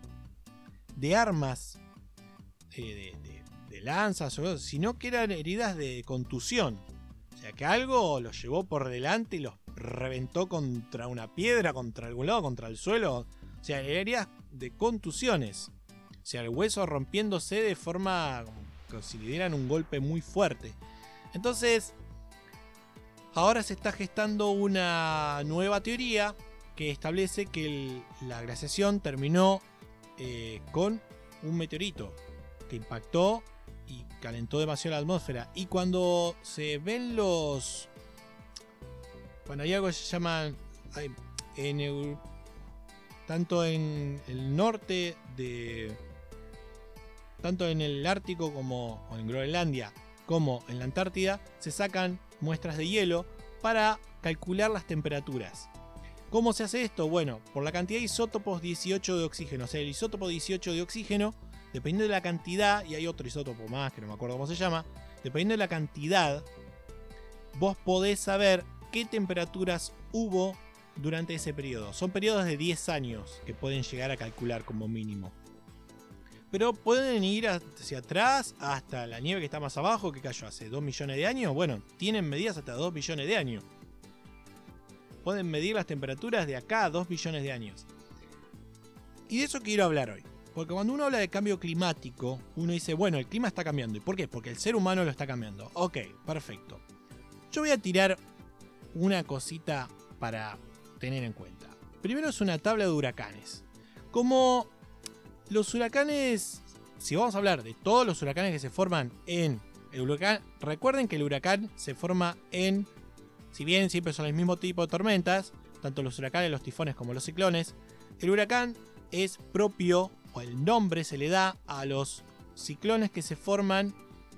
de armas, eh, de, de, de lanzas, sino que eran heridas de contusión. O sea, que algo los llevó por delante y los reventó contra una piedra, contra algún lado, contra el suelo. O sea, heridas de contusiones. O sea, el hueso rompiéndose de forma como si le dieran un golpe muy fuerte. Entonces, ahora se está gestando una nueva teoría que establece que el, la glaciación terminó eh, con un meteorito que impactó y calentó demasiado la atmósfera. Y cuando se ven los... Bueno, hay algo que se llama... En el, tanto en el norte de... Tanto en el Ártico como en Groenlandia como en la Antártida se sacan muestras de hielo para calcular las temperaturas. ¿Cómo se hace esto? Bueno, por la cantidad de isótopos dieciocho de oxígeno. O sea, el isótopo dieciocho de oxígeno, dependiendo de la cantidad, y hay otro isótopo más que no me acuerdo cómo se llama, dependiendo de la cantidad, vos podés saber qué temperaturas hubo durante ese periodo. Son periodos de diez años que pueden llegar a calcular como mínimo. Pero pueden ir hacia atrás hasta la nieve que está más abajo, que cayó hace dos millones de años. Bueno, tienen medidas hasta dos billones de años. Pueden medir las temperaturas de acá a dos billones de años. Y de eso quiero hablar hoy. Porque cuando uno habla de cambio climático, uno dice, bueno, el clima está cambiando. ¿Y por qué? Porque el ser humano lo está cambiando. Ok, perfecto. Yo voy a tirar una cosita para tener en cuenta. Primero es una tabla de huracanes. Como... Los huracanes, si vamos a hablar de todos los huracanes que se forman en el huracán, recuerden que el huracán se forma en, si bien siempre son el mismo tipo de tormentas, tanto los huracanes, los tifones como los ciclones, el huracán es propio, o el nombre se le da a los ciclones que se forman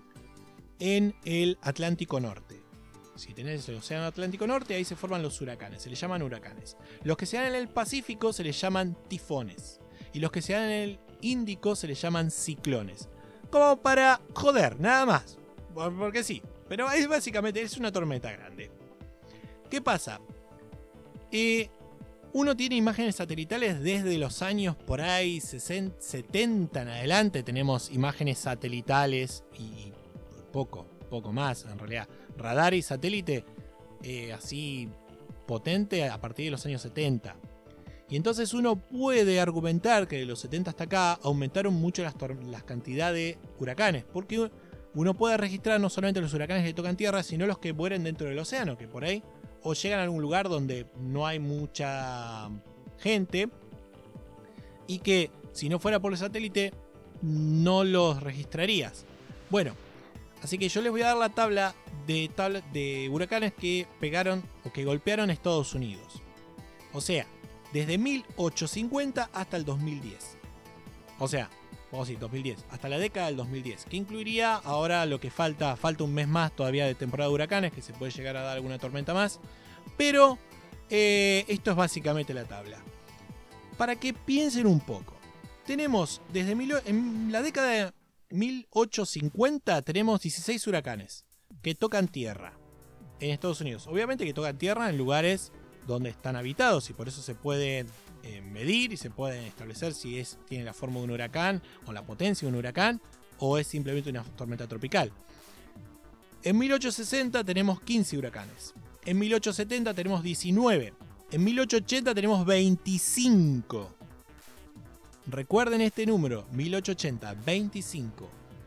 en el Atlántico Norte. Si tenés el Océano Atlántico Norte, ahí se forman los huracanes, se les llaman huracanes. Los que se dan en el Pacífico se les llaman tifones. Y los que se dan en el Índico se les llaman ciclones. Como para joder, nada más. Porque sí. Pero es básicamente es una tormenta grande. ¿Qué pasa? Eh, uno tiene imágenes satelitales desde los años por ahí sesenta, setenta en adelante. Tenemos imágenes satelitales y poco, poco más en realidad. Radar y satélite eh, así potente a partir de los años setenta. Y entonces uno puede argumentar que de los setenta hasta acá aumentaron mucho las, las cantidades de huracanes. Porque uno puede registrar no solamente los huracanes que tocan tierra, sino los que mueren dentro del océano, que por ahí o llegan a algún lugar donde no hay mucha gente y que si no fuera por el satélite no los registrarías. Bueno, así que yo les voy a dar la tabla de, tabla de huracanes que pegaron o que golpearon Estados Unidos. O sea, desde mil ochocientos cincuenta hasta el dos mil diez. O sea, vamos a decir dos mil diez, hasta la década del dos mil diez. Que incluiría ahora lo que falta, falta un mes más todavía de temporada de huracanes, que se puede llegar a dar alguna tormenta más. Pero eh, esto es básicamente la tabla. Para que piensen un poco. Tenemos desde mil, en la década de mil ochocientos cincuenta tenemos dieciséis huracanes que tocan tierra en Estados Unidos. Obviamente que tocan tierra en lugares donde están habitados y por eso se pueden eh, medir y se pueden establecer si es, tiene la forma de un huracán o la potencia de un huracán o es simplemente una tormenta tropical. En mil ochocientos sesenta tenemos quince huracanes, en mil ochocientos setenta tenemos diecinueve, en mil ochocientos ochenta tenemos veinticinco. Recuerden este número, mil ochocientos ochenta, veinticinco.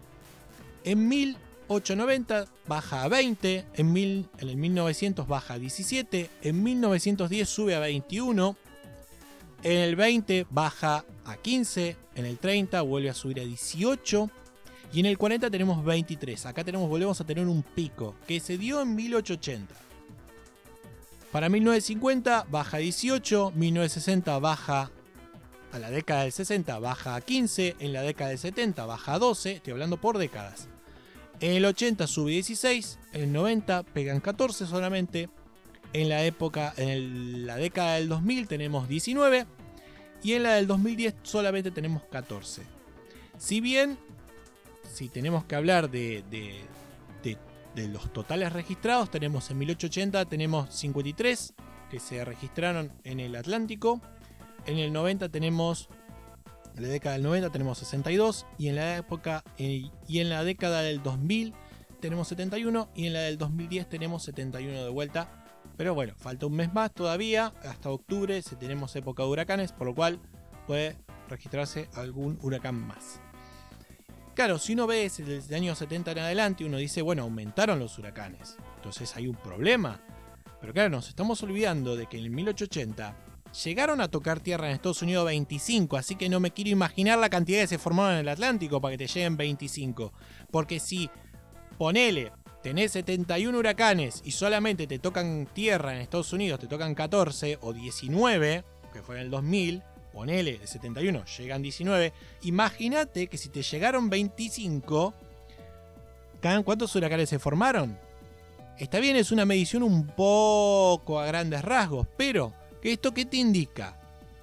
En mil ochocientos noventa baja a veinte, en, mil, en el mil novecientos baja a diecisiete, en mil novecientos diez sube a veintiuno, en el veinte baja a quince, en el treinta vuelve a subir a dieciocho y en el cuarenta tenemos veintitrés. Acá tenemos, volvemos a tener un pico que se dio en mil ochocientos ochenta. Para mil novecientos cincuenta baja a dieciocho, mil novecientos sesenta baja a la década del sesenta baja a quince, en la década del setenta baja a doce, estoy hablando por décadas. En el ochenta sube dieciséis, en el noventa pegan catorce solamente, en la época, en el, la década del dos mil tenemos diecinueve y en la del dos mil diez solamente tenemos catorce. Si bien, si tenemos que hablar de, de, de, de los totales registrados, tenemos en mil ochocientos ochenta tenemos cincuenta y tres que se registraron en el Atlántico, en el noventa tenemos, en la década del noventa tenemos sesenta y dos y en la época eh, y en la década del dos mil tenemos setenta y uno y en la del dos mil diez tenemos setenta y uno de vuelta. Pero bueno, falta un mes más todavía, hasta octubre si tenemos época de huracanes, por lo cual puede registrarse algún huracán más. Claro, si uno ve desde el año setenta en adelante, uno dice, bueno, aumentaron los huracanes, entonces hay un problema. Pero claro, nos estamos olvidando de que en mil ochocientos ochenta llegaron a tocar tierra en Estados Unidos veinticinco, así que no me quiero imaginar la cantidad que se formaron en el Atlántico para que te lleguen veinticinco. Porque si, ponele, tenés setenta y uno huracanes y solamente te tocan tierra en Estados Unidos, te tocan catorce o diecinueve, que fue en el dos mil, ponele, de setenta y uno llegan diecinueve, imagínate que si te llegaron veinticinco, ¿cuántos huracanes se formaron? Está bien, es una medición un poco a grandes rasgos, pero ¿esto qué te indica?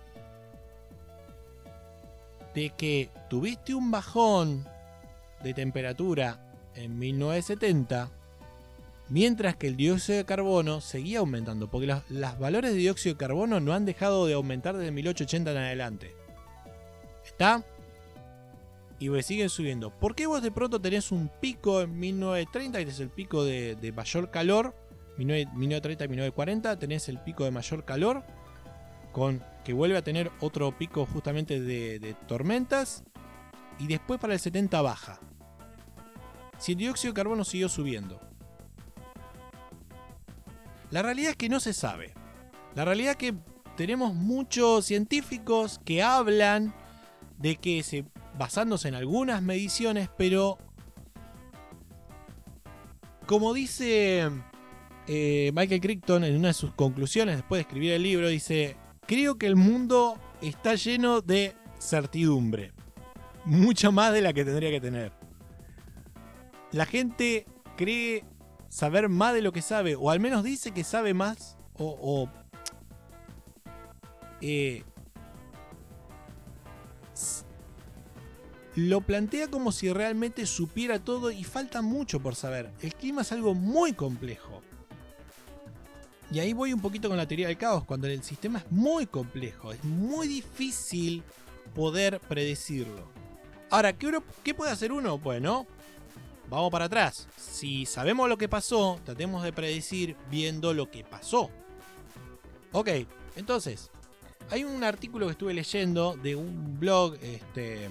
De que tuviste un bajón de temperatura en mil novecientos setenta, mientras que el dióxido de carbono seguía aumentando, porque los, los valores de dióxido de carbono no han dejado de aumentar desde mil ochocientos ochenta en adelante. ¿Está? Y pues siguen subiendo. ¿Por qué vos de pronto tenés un pico en mil novecientos treinta, que es el pico de, de mayor calor? mil novecientos treinta y mil novecientos cuarenta tenés el pico de mayor calor, con que vuelve a tener otro pico justamente de, de tormentas, y después para el setenta baja. Si el dióxido de carbono siguió subiendo. La realidad es que no se sabe. La realidad es que tenemos muchos científicos que hablan de que se, basándose en algunas mediciones, pero como dice eh, Michael Crichton en una de sus conclusiones después de escribir el libro, dice: creo que el mundo está lleno de certidumbre, mucha más de la que tendría que tener. La gente cree saber más de lo que sabe, o al menos dice que sabe más, o, o eh, lo plantea como si realmente supiera todo, y falta mucho por saber. El clima es algo muy complejo. Y ahí voy un poquito con la teoría del caos, cuando el sistema es muy complejo, es muy difícil poder predecirlo. Ahora, ¿qué, uno, qué puede hacer uno? Bueno, vamos para atrás. Si sabemos lo que pasó, tratemos de predecir viendo lo que pasó. Ok, entonces, hay un artículo que estuve leyendo de un blog este,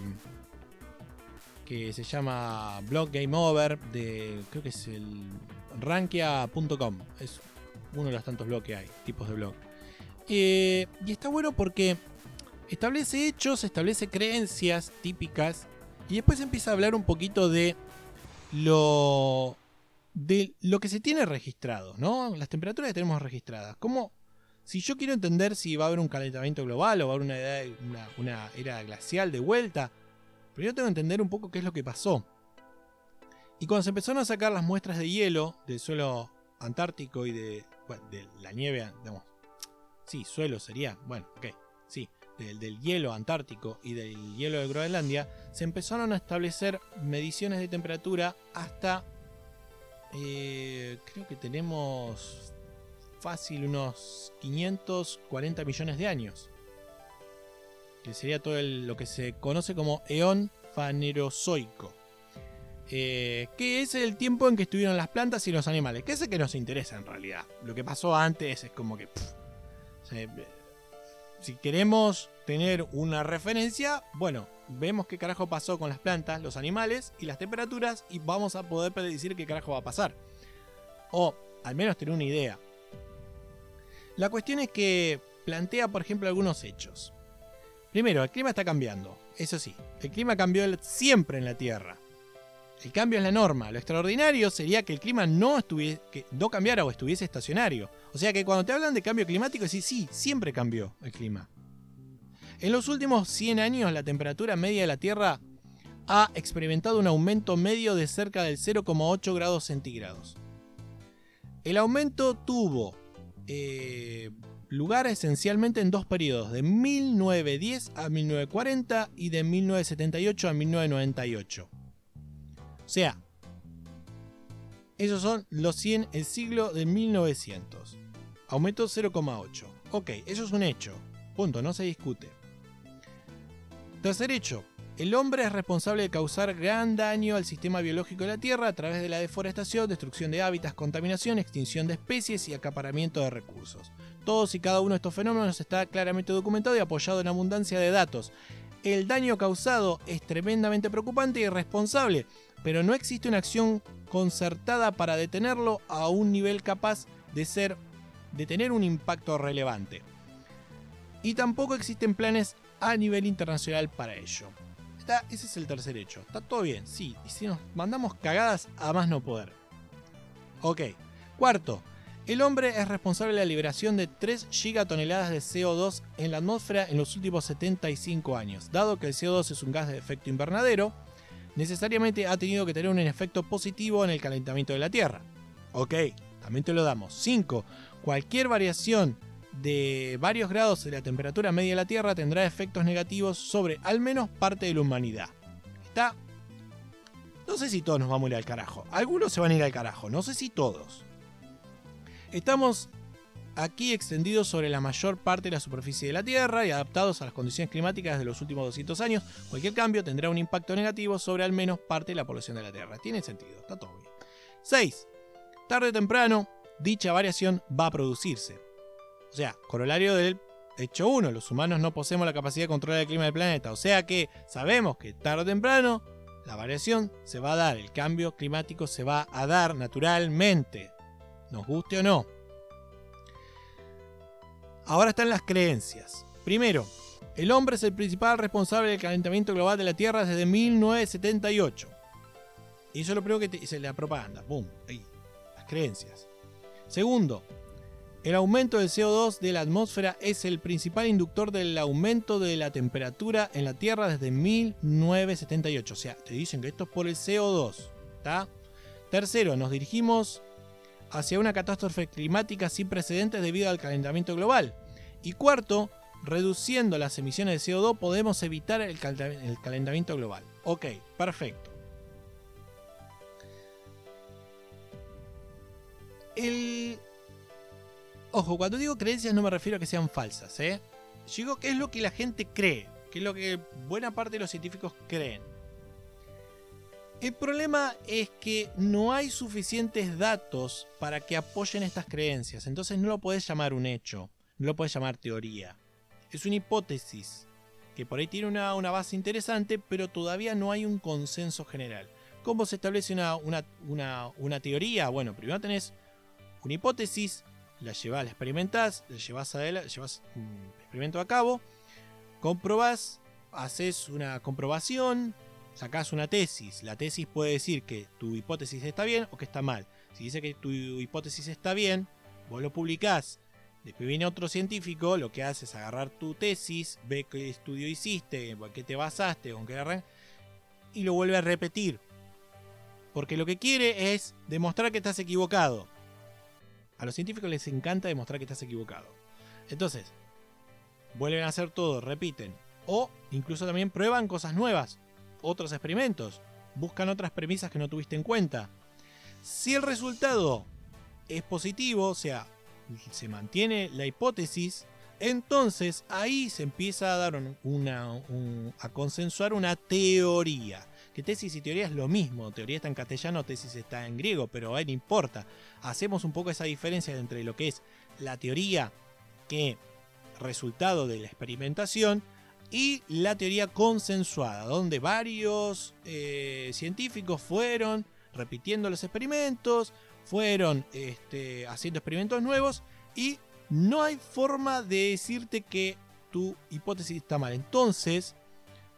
que se llama Blog Game Over, de, creo que es el rankia punto com. Es uno de los tantos blogs que hay, tipos de blog. Eh, y está bueno porque establece hechos, establece creencias típicas, y después empieza a hablar un poquito de lo, de lo que se tiene registrado, ¿no? Las temperaturas que tenemos registradas. Como si yo quiero entender si va a haber un calentamiento global o va a haber una, edad, una, una era glacial de vuelta, pero yo tengo que entender un poco qué es lo que pasó. Y cuando se empezaron a sacar las muestras de hielo del suelo antártico y de, bueno, de la nieve, digamos, sí, suelo sería, bueno, ok, sí, del, del hielo antártico y del hielo de Groenlandia, se empezaron a establecer mediciones de temperatura hasta, eh, creo que tenemos fácil unos quinientos cuarenta millones de años, que sería todo el, lo que se conoce como eón fanerozoico. Eh, que es el tiempo en que estuvieron las plantas y los animales, que es el que nos interesa en realidad. Lo que pasó antes es como que pff, o sea, si queremos tener una referencia, bueno, vemos qué carajo pasó con las plantas, los animales y las temperaturas, y vamos a poder predecir qué carajo va a pasar, o al menos tener una idea. La cuestión es que plantea, por ejemplo, algunos hechos. Primero, el clima está cambiando, eso sí, el clima cambió siempre en la Tierra. El cambio es la norma. Lo extraordinario sería que el clima no, estuviese, que no cambiara o estuviese estacionario. O sea que cuando te hablan de cambio climático, decís, sí, siempre cambió el clima. En los últimos cien años, la temperatura media de la Tierra ha experimentado un aumento medio de cerca del cero coma ocho grados centígrados. El aumento tuvo eh, lugar esencialmente en dos periodos, de mil novecientos diez a mil novecientos cuarenta y de mil novecientos setenta y ocho a mil novecientos noventa y ocho. O sea, esos son los cien, el siglo de mil novecientos. Aumentó cero coma ocho. Ok, eso es un hecho. Punto, no se discute. Tercer hecho. El hombre es responsable de causar gran daño al sistema biológico de la Tierra a través de la deforestación, destrucción de hábitats, contaminación, extinción de especies y acaparamiento de recursos. Todos y cada uno de estos fenómenos está claramente documentado y apoyado en abundancia de datos. El daño causado es tremendamente preocupante y irresponsable, pero no existe una acción concertada para detenerlo a un nivel capaz de ser, de tener un impacto relevante. Y tampoco existen planes a nivel internacional para ello. Está, ese es el tercer hecho. Está todo bien, sí, y si nos mandamos cagadas a más no poder. Ok. Cuarto, el hombre es responsable de la liberación de tres gigatoneladas de C O dos en la atmósfera en los últimos setenta y cinco años. Dado que el C O dos es un gas de efecto invernadero, necesariamente ha tenido que tener un efecto positivo en el calentamiento de la Tierra. Ok, también te lo damos. cinco. Cualquier variación de varios grados de la temperatura media de la Tierra tendrá efectos negativos sobre al menos parte de la humanidad. Está... No sé si todos nos vamos a ir al carajo. Algunos se van a ir al carajo, no sé si todos. Estamos aquí extendidos sobre la mayor parte de la superficie de la Tierra y adaptados a las condiciones climáticas de los últimos doscientos años. Cualquier cambio tendrá un impacto negativo sobre al menos parte de la población de la Tierra. Tiene sentido, está todo bien. seis. Tarde o temprano, dicha variación va a producirse. O sea, corolario del hecho uno, los humanos no poseemos la capacidad de controlar el clima del planeta. O sea que sabemos que tarde o temprano la variación se va a dar, el cambio climático se va a dar naturalmente, nos guste o no. Ahora están las creencias. Primero, el hombre es el principal responsable del calentamiento global de la Tierra desde mil novecientos setenta y ocho. Y eso es lo primero que te dice la propaganda. Boom, ahí, las creencias. Segundo, el aumento del C O dos de la atmósfera es el principal inductor del aumento de la temperatura en la Tierra desde mil novecientos setenta y ocho. O sea, te dicen que esto es por el C O dos. ¿Tá? Tercero, nos dirigimos hacia una catástrofe climática sin precedentes debido al calentamiento global. Y cuarto, reduciendo las emisiones de C O dos podemos evitar el, cal- el calentamiento global. Ok, perfecto. El... Ojo, cuando digo creencias no me refiero a que sean falsas, ¿eh? Digo que es lo que la gente cree, que es lo que buena parte de los científicos creen. El problema es que no hay suficientes datos para que apoyen estas creencias, entonces no lo podés llamar un hecho, no lo podés llamar teoría. Es una hipótesis que por ahí tiene una, una base interesante, pero todavía no hay un consenso general. ¿Cómo se establece una, una, una, una teoría? Bueno, primero tenés una hipótesis, la llevás, la experimentás, la llevás, adelante, llevás un experimento a cabo, comprobás, haces una comprobación, sacás una tesis. La tesis puede decir que tu hipótesis está bien o que está mal. Si dice que tu hipótesis está bien, vos lo publicás. Después viene otro científico, lo que hace es agarrar tu tesis, ve qué estudio hiciste, en qué te basaste, con qué arran- y lo vuelve a repetir. Porque lo que quiere es demostrar que estás equivocado. A los científicos les encanta demostrar que estás equivocado. Entonces, vuelven a hacer todo, repiten. O incluso también prueban cosas nuevas, otros experimentos, buscan otras premisas que no tuviste en cuenta. Si el resultado es positivo, o sea, se mantiene la hipótesis, entonces ahí se empieza a dar una, un, a consensuar una teoría. Que tesis y teoría es lo mismo, teoría está en castellano, tesis está en griego, pero ahí no importa. Hacemos un poco esa diferencia entre lo que es la teoría, que resultado de la experimentación, y la teoría consensuada, donde varios eh, científicos fueron repitiendo los experimentos, fueron este, haciendo experimentos nuevos, y no hay forma de decirte que tu hipótesis está mal. Entonces,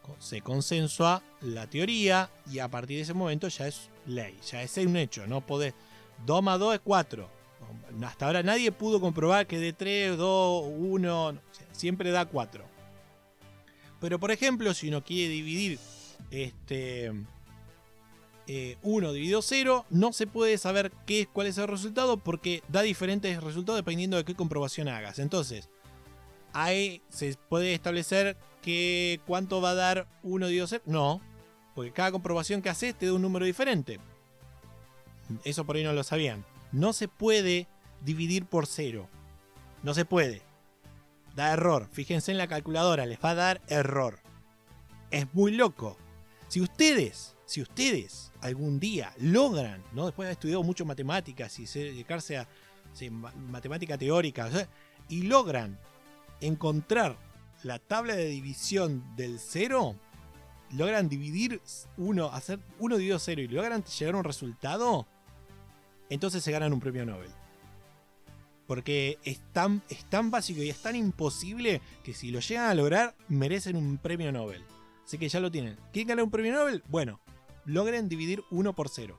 se consensúa la teoría y a partir de ese momento ya es ley, ya es un hecho. No podés, dos más dos es cuatro. Hasta ahora nadie pudo comprobar que de tres, dos, uno, siempre da cuatro. Pero por ejemplo, si uno quiere dividir este, eh, uno dividido cero, no se puede saber qué, cuál es el resultado porque da diferentes resultados dependiendo de qué comprobación hagas. Entonces, ahí se puede establecer que cuánto va a dar uno dividido cero. No, porque cada comprobación que haces te da un número diferente. Eso por ahí no lo sabían. No se puede dividir por cero. No se puede. Da error. Fíjense en la calculadora, les va a dar error. Es muy loco. Si ustedes, si ustedes algún día logran, ¿no? Después de haber estudiado mucho matemáticas y dedicarse a sí, matemática teórica, ¿sí? Y logran encontrar la tabla de división del cero, logran dividir uno, hacer uno dividido cero y logran llegar a un resultado, entonces se ganan un premio Nobel. Porque es tan, es tan básico y es tan imposible que si lo llegan a lograr, merecen un premio Nobel. Así que ya lo tienen. ¿Quieren ganar un premio Nobel? Bueno, logren dividir uno por cero.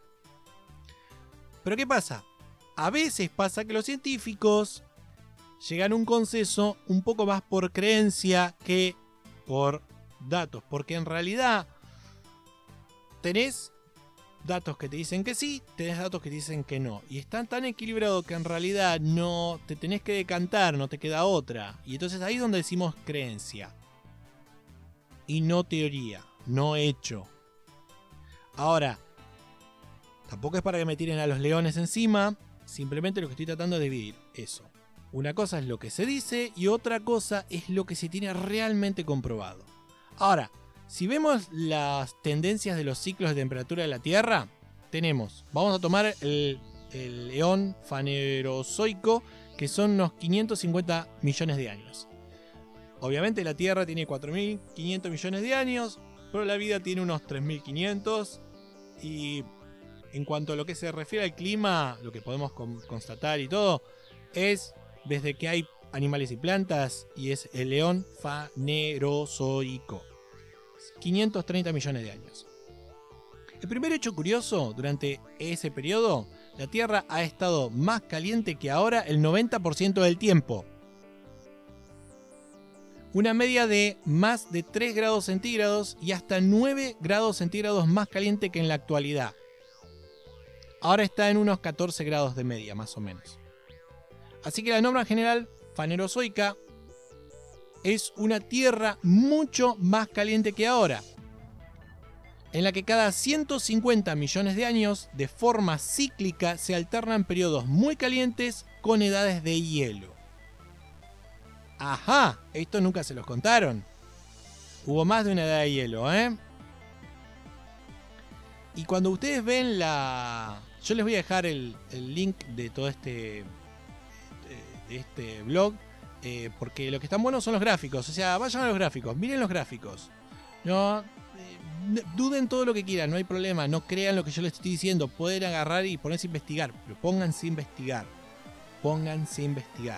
Pero ¿qué pasa? A veces pasa que los científicos llegan a un consenso un poco más por creencia que por datos. Porque en realidad tenés datos que te dicen que sí, tenés datos que te dicen que no. Y están tan equilibrados que en realidad no te tenés que decantar, no te queda otra. Y entonces ahí es donde decimos creencia. Y no teoría, no hecho. Ahora, tampoco es para que me tiren a los leones encima. Simplemente lo que estoy tratando es dividir eso. Una cosa es lo que se dice y otra cosa es lo que se tiene realmente comprobado. Ahora, si vemos las tendencias de los ciclos de temperatura de la Tierra, tenemos, vamos a tomar el, el eón fanerozoico, que son unos quinientos cincuenta millones de años. Obviamente la Tierra tiene cuatro mil quinientos millones de años, pero la vida tiene unos tres mil quinientos. Y en cuanto a lo que se refiere al clima, lo que podemos con, constatar y todo, es desde que hay animales y plantas, y es el eón fanerozoico. quinientos treinta millones de años. El primer hecho curioso, durante ese periodo, la Tierra ha estado más caliente que ahora el noventa por ciento del tiempo. Una media de más de tres grados centígrados y hasta nueve grados centígrados más caliente que en la actualidad. Ahora está en unos catorce grados de media, más o menos. Así que la norma general fanerozoica es una Tierra mucho más caliente que ahora, en la que cada ciento cincuenta millones de años, de forma cíclica, se alternan periodos muy calientes con edades de hielo. ¡Ajá! Esto nunca se los contaron. Hubo más de una edad de hielo, ¿eh? Y cuando ustedes ven la... Yo les voy a dejar el, el link de todo este, de este blog, eh, porque lo que están buenos son los gráficos. O sea, vayan a los gráficos, miren los gráficos. No, eh, duden todo lo que quieran, no hay problema. No crean lo que yo les estoy diciendo. Pueden agarrar y ponerse a investigar, pero pónganse a investigar. Pónganse a investigar.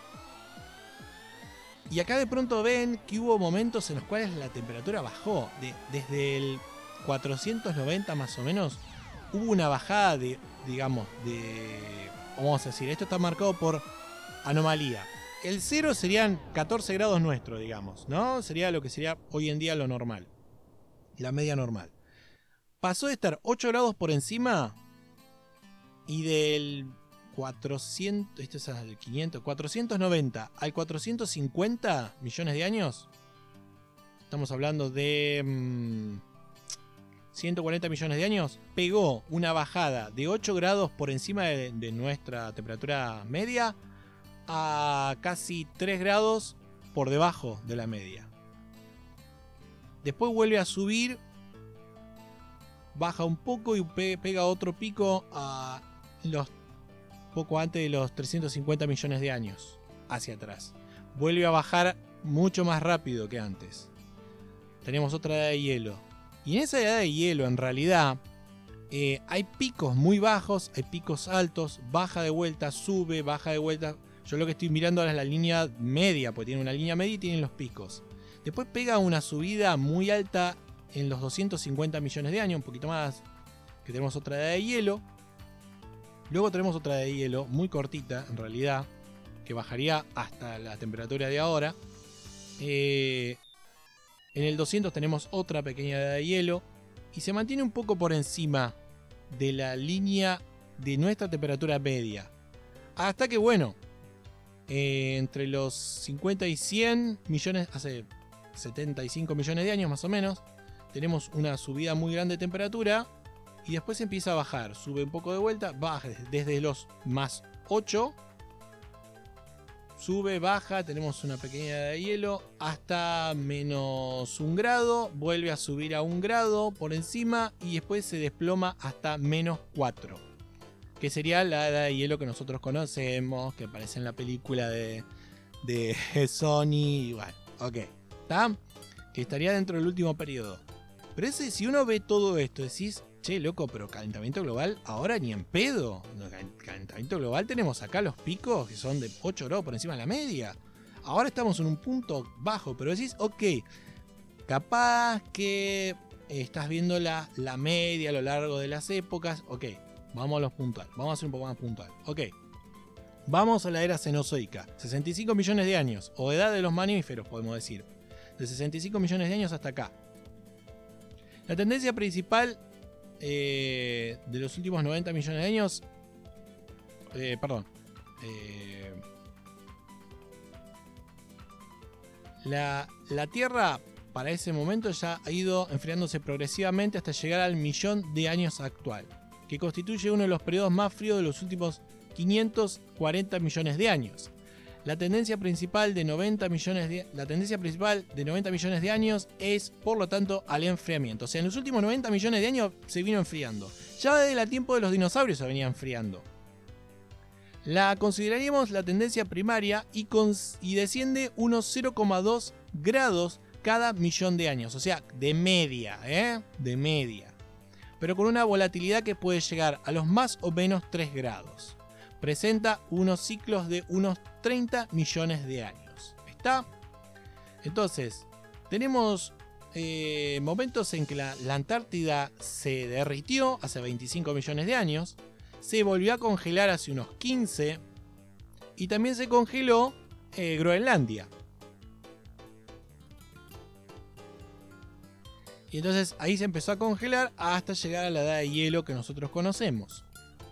Y acá de pronto ven que hubo momentos en los cuales la temperatura bajó. De, desde el cuatrocientos noventa más o menos, hubo una bajada de, digamos, de... Vamos a decir, esto está marcado por anomalía. El cero serían catorce grados nuestros, digamos, ¿no? Sería lo que sería hoy en día lo normal. La media normal. Pasó de estar ocho grados por encima y del cuatrocientos, esto es el quinientos, cuatrocientos noventa al cuatrocientos cincuenta millones de años. Estamos hablando de mmm, ciento cuarenta millones de años. Pegó una bajada de ocho grados por encima de, de nuestra temperatura media a casi tres grados por debajo de la media. Después vuelve a subir, baja un poco y pe- pega otro pico a los poco antes de los trescientos cincuenta millones de años hacia atrás. Vuelve a bajar mucho más rápido que antes. Tenemos otra edad de hielo. Y en esa edad de hielo, en realidad, eh, hay picos muy bajos, hay picos altos, baja de vuelta, sube, baja de vuelta. Yo lo que estoy mirando ahora es la línea media, porque tiene una línea media y tienen los picos. Después pega una subida muy alta en los doscientos cincuenta millones de años, un poquito más, que tenemos otra edad de hielo. Luego tenemos otra de hielo, muy cortita en realidad, que bajaría hasta la temperatura de ahora. Eh, en el doscientos tenemos otra pequeña edad de hielo y se mantiene un poco por encima de la línea de nuestra temperatura media. Hasta que bueno, eh, entre los cincuenta y cien millones, hace setenta y cinco millones de años más o menos, tenemos una subida muy grande de temperatura. Y después empieza a bajar, sube un poco de vuelta, baja desde los más ocho, sube, baja, tenemos una pequeña de hielo, hasta menos un grado, vuelve a subir a un grado por encima y después se desploma hasta menos cuatro. Que sería la edad de hielo que nosotros conocemos, que aparece en la película de, de Sony, y bueno, ok, ¿está? Que estaría dentro del último periodo. Pero ese, si uno ve todo esto, decís, che, loco, pero calentamiento global ahora ni en pedo. Calentamiento global tenemos acá los picos que son de ocho grados por encima de la media. Ahora estamos en un punto bajo, pero decís, ok, capaz que estás viendo la, la media a lo largo de las épocas. Ok, vamos a los puntual, vamos a ser un poco más puntual. Ok, vamos a la era cenozoica, sesenta y cinco millones de años, o edad de los mamíferos podemos decir. De sesenta y cinco millones de años hasta acá. La tendencia principal Eh, de los últimos noventa millones de años, eh, perdón, eh, la, la Tierra para ese momento ya ha ido enfriándose progresivamente hasta llegar al millón de años actual, que constituye uno de los periodos más fríos de los últimos quinientos cuarenta millones de años. La tendencia principal de noventa millones de, la tendencia principal de noventa millones de años es, por lo tanto, al enfriamiento. O sea, en los últimos noventa millones de años se vino enfriando. Ya desde el tiempo de los dinosaurios se venía enfriando. La consideraríamos la tendencia primaria y, con, y desciende unos cero coma dos grados cada millón de años. O sea, de media, ¿eh? De media. Pero con una volatilidad que puede llegar a los más o menos tres grados. Presenta unos ciclos de unos treinta millones de años. ¿Está? Entonces, tenemos eh, momentos en que la, la Antártida se derritió hace veinticinco millones de años, se volvió a congelar hace unos quince, y también se congeló eh, Groenlandia. Y entonces ahí se empezó a congelar hasta llegar a la edad de hielo que nosotros conocemos.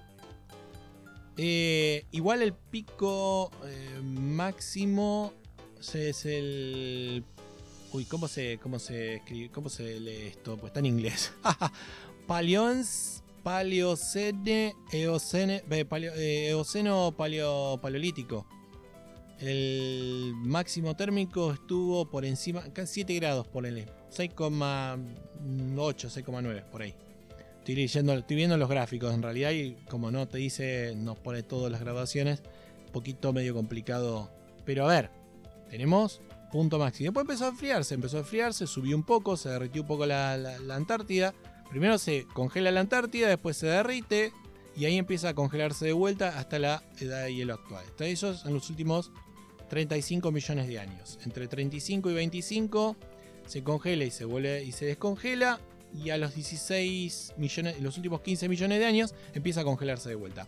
Eh, igual el pico eh, máximo es el... Uy, ¿cómo se, cómo se escribe? ¿Cómo se lee esto? Pues está en inglés. Paleons, Paleocene, Eocene, paleo, eh, Eoceno paleo, Paleolítico. El máximo térmico estuvo por encima, casi siete grados, ponele. seis coma ocho, seis coma nueve, por ahí. Estoy leyendo, estoy viendo los gráficos en realidad y como no te dice, nos pone todas las graduaciones, un poquito medio complicado. Pero a ver, tenemos punto máximo. Después empezó a enfriarse, empezó a enfriarse, subió un poco, se derritió un poco la, la, la Antártida. Primero se congela la Antártida, después se derrite y ahí empieza a congelarse de vuelta hasta la edad de hielo actual. Hasta esos en los últimos treinta y cinco millones de años. Entre treinta y cinco y veinticinco se congela y se vuelve y se descongela. Y a los dieciséis millones, los últimos quince millones de años, empieza a congelarse de vuelta.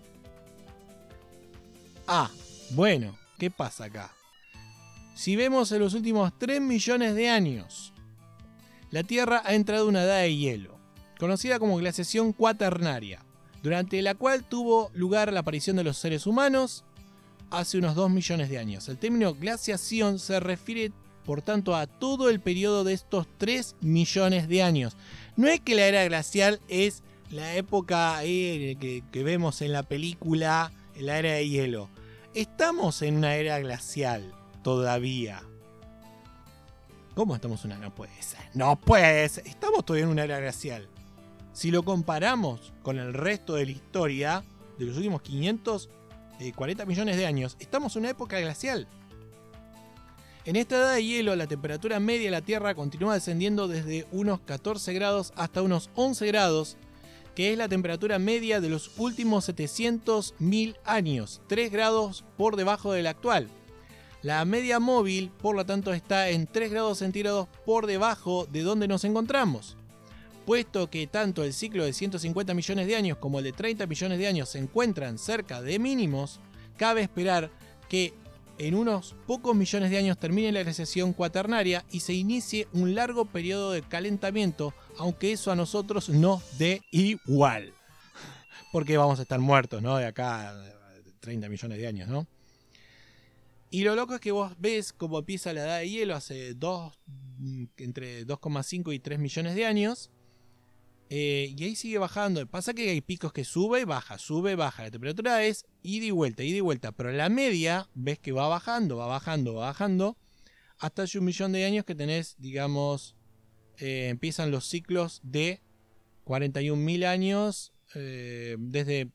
Ah, bueno, ¿qué pasa acá? Si vemos en los últimos tres millones de años, la Tierra ha entrado en una edad de hielo, conocida como glaciación cuaternaria, durante la cual tuvo lugar la aparición de los seres humanos hace unos dos millones de años. El término glaciación se refiere, por tanto, a todo el periodo de estos tres millones de años. No es que la era glacial es la época eh, que, que vemos en la película, la era de hielo. Estamos en una era glacial todavía. ¿Cómo estamos en una? No puede ser. No puede ser. Estamos todavía en una era glacial. Si lo comparamos con el resto de la historia de los últimos quinientos cuarenta millones de años, estamos en una época glacial. En esta edad de hielo, la temperatura media de la Tierra continúa descendiendo desde unos catorce grados hasta unos once grados, que es la temperatura media de los últimos setecientos mil años, tres grados por debajo de la actual. La media móvil, por lo tanto, está en tres grados centígrados por debajo de donde nos encontramos. Puesto que tanto el ciclo de ciento cincuenta millones de años como el de treinta millones de años se encuentran cerca de mínimos, cabe esperar que en unos pocos millones de años termine la glaciación cuaternaria y se inicie un largo periodo de calentamiento, aunque eso a nosotros nos dé igual. Porque vamos a estar muertos, ¿no? De acá a treinta millones de años, ¿no? Y lo loco es que vos ves cómo empieza la edad de hielo hace dos, entre dos coma cinco y tres millones de años. Eh, y ahí sigue bajando. Pasa que hay picos que sube, baja, sube, baja. La temperatura es ida y vuelta, ida y vuelta. Pero la media, ves que va bajando, va bajando, va bajando. Hasta hace un millón de años que tenés, digamos, eh, empiezan los ciclos de cuarenta y un mil años. Eh, desde,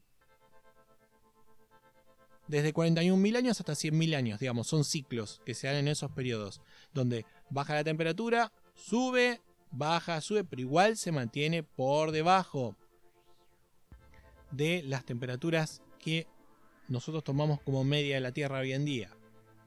desde cuarenta y un mil años hasta cien mil años, digamos. Son ciclos que se dan en esos periodos. Donde baja la temperatura, sube, baja, sube, pero igual se mantiene por debajo de las temperaturas que nosotros tomamos como media de la Tierra hoy en día.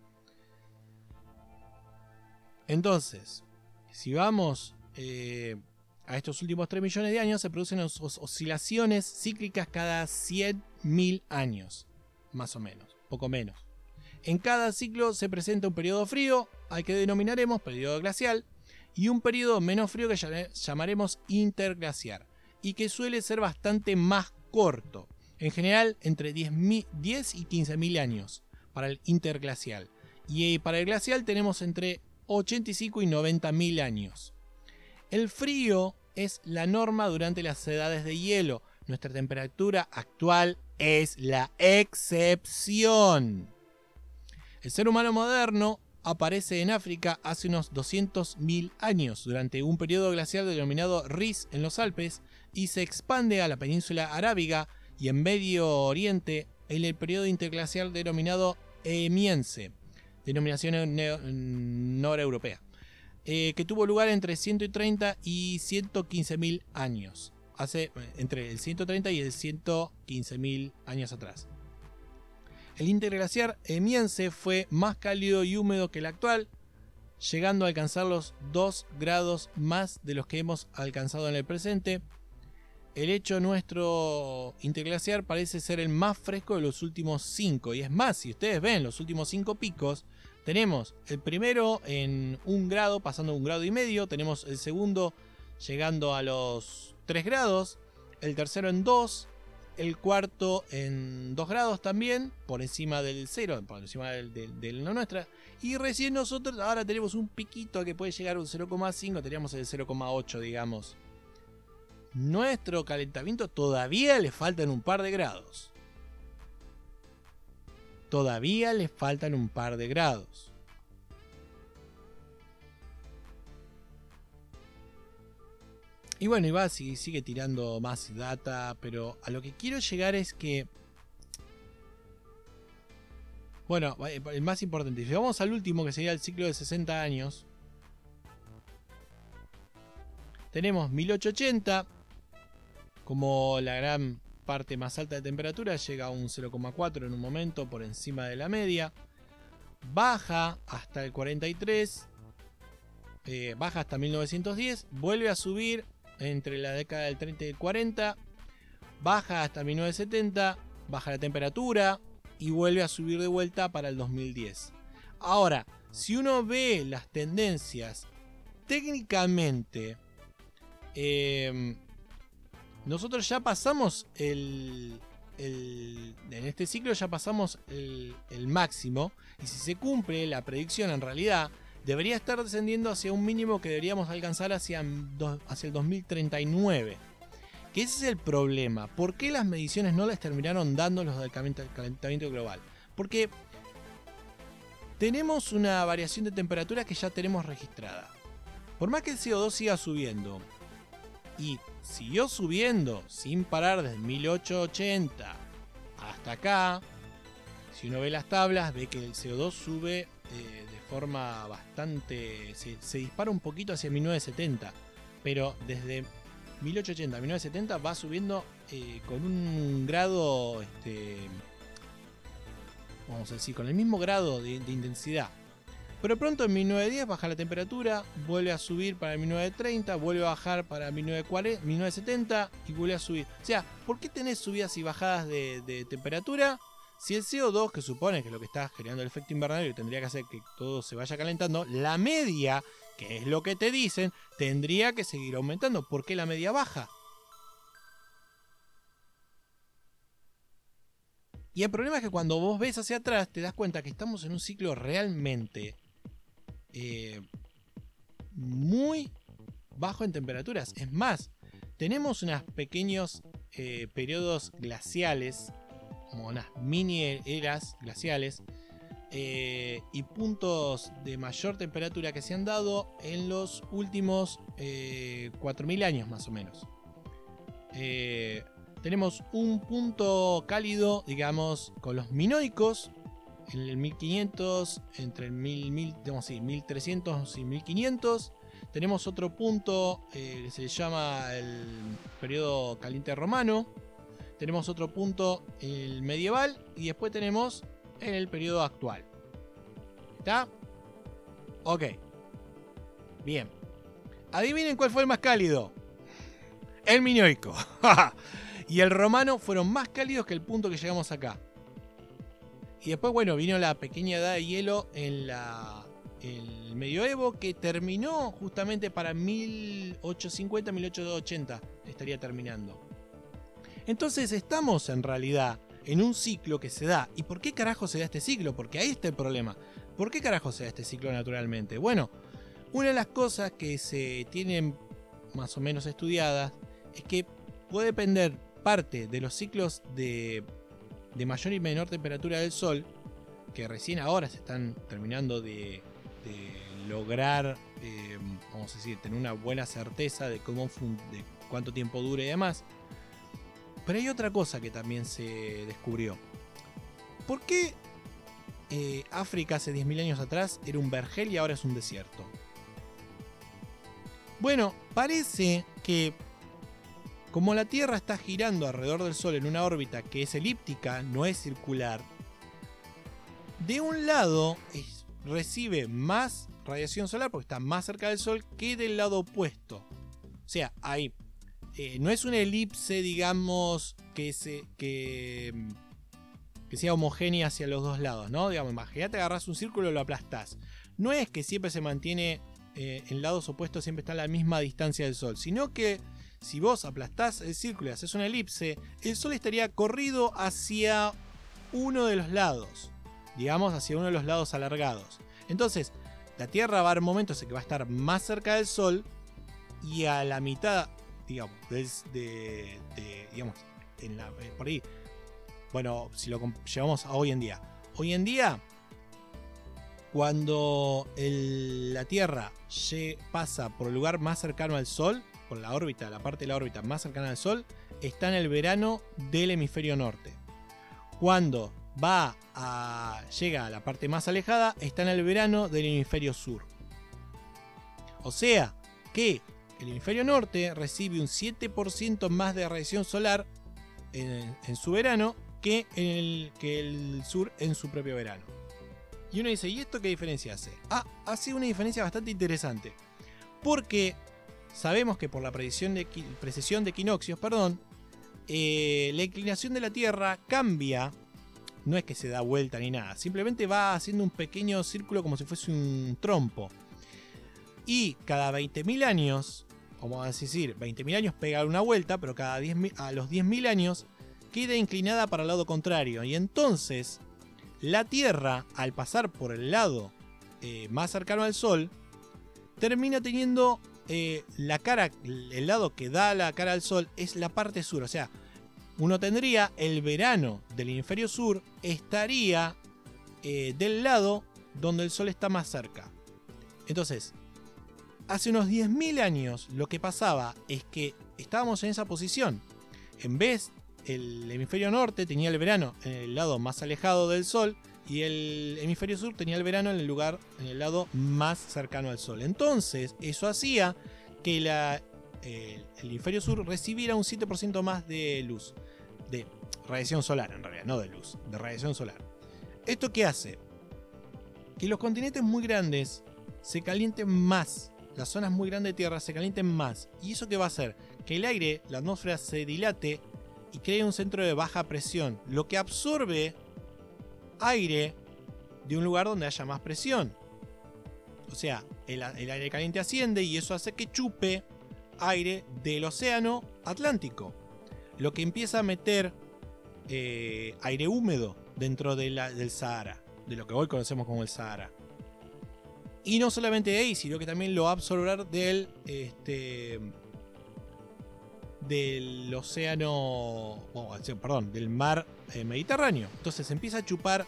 Entonces, si vamos eh, a estos últimos tres millones de años, se producen os os oscilaciones cíclicas cada cien mil años, más o menos, poco menos. En cada ciclo se presenta un periodo frío, al que denominaremos periodo glacial, y un periodo menos frío que llamaremos interglaciar, y que suele ser bastante más corto, en general entre diez y quince mil años para el interglacial, y para el glacial tenemos entre ochenta y cinco y noventa mil años. El frío es la norma durante las edades de hielo, nuestra temperatura actual es la excepción. El ser humano moderno aparece en África hace unos doscientos mil años durante un periodo glacial denominado Riz en los Alpes y se expande a la península arábiga y en Medio Oriente en el periodo interglacial denominado Emiense, denominación noreuropea, eh, que tuvo lugar entre ciento treinta y ciento quince mil años, hace entre el ciento treinta y el ciento quince mil años atrás. El interglaciar Emiense fue más cálido y húmedo que el actual, llegando a alcanzar los dos grados más de los que hemos alcanzado en el presente. El hecho nuestro interglaciar parece ser el más fresco de los últimos cinco. Y es más, si ustedes ven los últimos cinco picos, tenemos el primero en un grado, pasando un grado y medio. Tenemos el segundo llegando a los tres grados. El tercero en dos. El cuarto en dos grados también, por encima del cero, por encima del, del, de la nuestra. Y recién nosotros ahora tenemos un piquito que puede llegar a un cero coma cinco, teníamos el cero coma ocho, digamos. Nuestro calentamiento todavía le faltan un par de grados. Todavía le faltan un par de grados. Y bueno, y va, sigue, sigue tirando más data, pero a lo que quiero llegar es que... Bueno, el más importante, si vamos al último, que sería el ciclo de sesenta años, tenemos mil ochocientos ochenta, como la gran parte más alta de temperatura, llega a un cero coma cuatro en un momento, por encima de la media, baja hasta el cuarenta y tres, eh, baja hasta mil novecientos diez, vuelve a subir entre la década del treinta y el cuarenta, baja hasta mil novecientos setenta, baja la temperatura y vuelve a subir de vuelta para el dos mil diez. Ahora, si uno ve las tendencias, técnicamente eh, nosotros ya pasamos el, el en este ciclo ya pasamos el, el máximo, y si se cumple la predicción, en realidad debería estar descendiendo hacia un mínimo que deberíamos alcanzar hacia, hacia el dos mil treinta y nueve. Que ese es el problema. ¿Por qué las mediciones no les terminaron dando los del calentamiento global? Porque tenemos una variación de temperatura que ya tenemos registrada. Por más que el C O dos siga subiendo, y siguió subiendo sin parar desde mil ochocientos ochenta hasta acá, si uno ve las tablas, ve que el C O dos sube eh, de forma bastante... Se, se dispara un poquito hacia mil novecientos setenta, pero desde mil ochocientos ochenta a mil novecientos setenta va subiendo eh, con un grado este, vamos a decir, con el mismo grado de, de intensidad. Pero pronto en mil novecientos diez baja la temperatura, vuelve a subir para mil novecientos treinta, vuelve a bajar para mil novecientos cuarenta, mil novecientos setenta y vuelve a subir. O sea, ¿por qué tenés subidas y bajadas de, de temperatura? Si el C O dos, que supone que es lo que está generando el efecto invernadero y tendría que hacer que todo se vaya calentando, la media, que es lo que te dicen, tendría que seguir aumentando. ¿Por qué la media baja? Y el problema es que cuando vos ves hacia atrás te das cuenta que estamos en un ciclo realmente eh, muy bajo en temperaturas. Es más, tenemos unos pequeños eh, periodos glaciales, como unas mini eras glaciales, eh, y puntos de mayor temperatura que se han dado en los últimos eh, cuatro mil años más o menos. Eh, tenemos un punto cálido, digamos, con los minoicos en el mil quinientos, entre el mil, mil, digamos, sí, mil trescientos y mil quinientos. Tenemos otro punto eh, que se llama el periodo caliente romano. Tenemos otro punto, el medieval, y después tenemos el periodo actual. ¿Está? Ok. Bien. Adivinen cuál fue el más cálido. El minoico. Y el romano fueron más cálidos que el punto que llegamos acá. Y después, bueno, vino la pequeña edad de hielo en la, el medioevo, que terminó justamente para mil ochocientos cincuenta, mil ochocientos ochenta. Estaría terminando. Entonces estamos en realidad en un ciclo que se da. ¿Y por qué carajo se da este ciclo? Porque ahí está el problema. ¿Por qué carajo se da este ciclo naturalmente? Bueno, una de las cosas que se tienen más o menos estudiadas es que puede depender parte de los ciclos de, de mayor y menor temperatura del Sol, que recién ahora se están terminando de, de lograr, eh, vamos a decir, tener una buena certeza de, cómo, de cuánto tiempo dura y demás. Pero hay otra cosa que también se descubrió. ¿Por qué eh, África hace diez mil años atrás era un vergel y ahora es un desierto? Bueno, parece que como la Tierra está girando alrededor del Sol en una órbita que es elíptica, no es circular, de un lado es, recibe más radiación solar porque está más cerca del Sol que del lado opuesto. O sea, hay... Eh, no es una elipse, digamos, que, se, que, que sea homogénea hacia los dos lados, ¿no? Digamos, imagínate, agarras un círculo y lo aplastás. No es que siempre se mantiene eh, en lados opuestos, siempre está a la misma distancia del Sol, sino que si vos aplastás el círculo y haces una elipse, el Sol estaría corrido hacia uno de los lados, digamos, hacia uno de los lados alargados. Entonces, la Tierra va a haber momentos en que va a estar más cerca del Sol y a la mitad, digamos, de, de, de, digamos en la, por ahí, bueno, si lo llevamos a hoy en día. Hoy en día, cuando el, la Tierra pasa por el lugar más cercano al Sol, por la órbita, la parte de la órbita más cercana al Sol, está en el verano del hemisferio norte. Cuando va a, llega a la parte más alejada, está en el verano del hemisferio sur. O sea, que el hemisferio norte recibe un siete por ciento más de radiación solar en, en su verano que el, que el sur en su propio verano. Y uno dice, ¿y esto qué diferencia hace? Ah, hace una diferencia bastante interesante. Porque sabemos que por la precesión de, precesión de equinoccios, perdón, eh, la inclinación de la Tierra cambia. No es que se da vuelta ni nada, simplemente va haciendo un pequeño círculo como si fuese un trompo. Y cada veinte mil años, como vamos a decir, veinte mil años pega una vuelta, pero cada diez mil, a los diez mil años queda inclinada para el lado contrario. Y entonces la Tierra, al pasar por el lado eh, más cercano al Sol, termina teniendo eh, la cara, el lado que da la cara al Sol es la parte sur. O sea, uno tendría el verano del hemisferio sur, estaría eh, del lado donde el Sol está más cerca. Entonces, hace unos diez mil años lo que pasaba es que estábamos en esa posición. En vez, el hemisferio norte tenía el verano en el lado más alejado del Sol y el hemisferio sur tenía el verano en el lugar, en el lado más cercano al Sol. Entonces, eso hacía que la, eh, el hemisferio sur recibiera un siete por ciento más de luz, de radiación solar en realidad, no de luz, de radiación solar. ¿Esto qué hace? Que los continentes muy grandes se calienten más. Las zonas muy grandes de tierra se calienten más. ¿Y eso qué va a hacer? Que el aire, la atmósfera se dilate y cree un centro de baja presión, lo que absorbe aire de un lugar donde haya más presión. O sea, el, el aire caliente asciende y eso hace que chupe aire del océano Atlántico, lo que empieza a meter eh, aire húmedo dentro de la, del Sahara, de lo que hoy conocemos como el Sahara. Y no solamente de ahí, sino que también lo va a absorber del, este, del océano, oh, perdón, del mar eh, Mediterráneo. Entonces empieza a chupar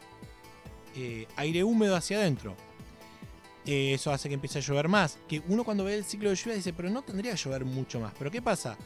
eh, aire húmedo hacia adentro. Eh, eso hace que empiece a llover más. Que uno cuando ve el ciclo de lluvia dice, pero no tendría que llover mucho más. Pero ¿qué pasa?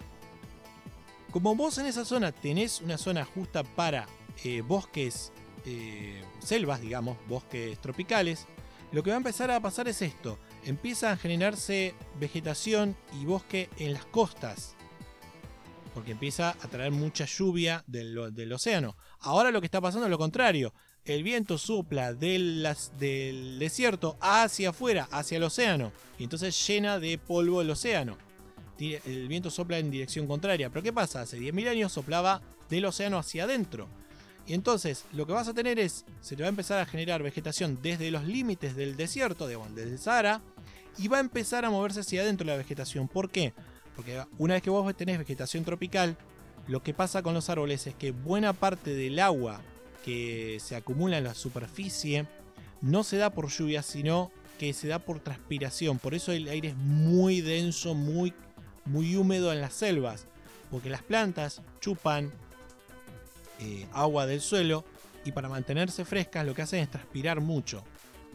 Como vos en esa zona tenés una zona justa para eh, bosques, eh, selvas, digamos, bosques tropicales, lo que va a empezar a pasar es esto. Empieza a generarse vegetación y bosque en las costas, porque empieza a traer mucha lluvia del, del océano. Ahora lo que está pasando es lo contrario. El viento sopla del, las, del desierto hacia afuera, hacia el océano, y entonces llena de polvo el océano. El viento sopla en dirección contraria. Pero ¿qué pasa? Hace diez mil años soplaba del océano hacia adentro. Y entonces lo que vas a tener es, se te va a empezar a generar vegetación desde los límites del desierto, digamos, desde el Sahara, y va a empezar a moverse hacia adentro la vegetación. ¿Por qué? Porque una vez que vos tenés vegetación tropical, lo que pasa con los árboles es que buena parte del agua que se acumula en la superficie no se da por lluvia, sino que se da por transpiración. Por eso el aire es muy denso, muy, muy húmedo en las selvas, porque las plantas chupan eh, agua del suelo y para mantenerse frescas lo que hacen es transpirar mucho.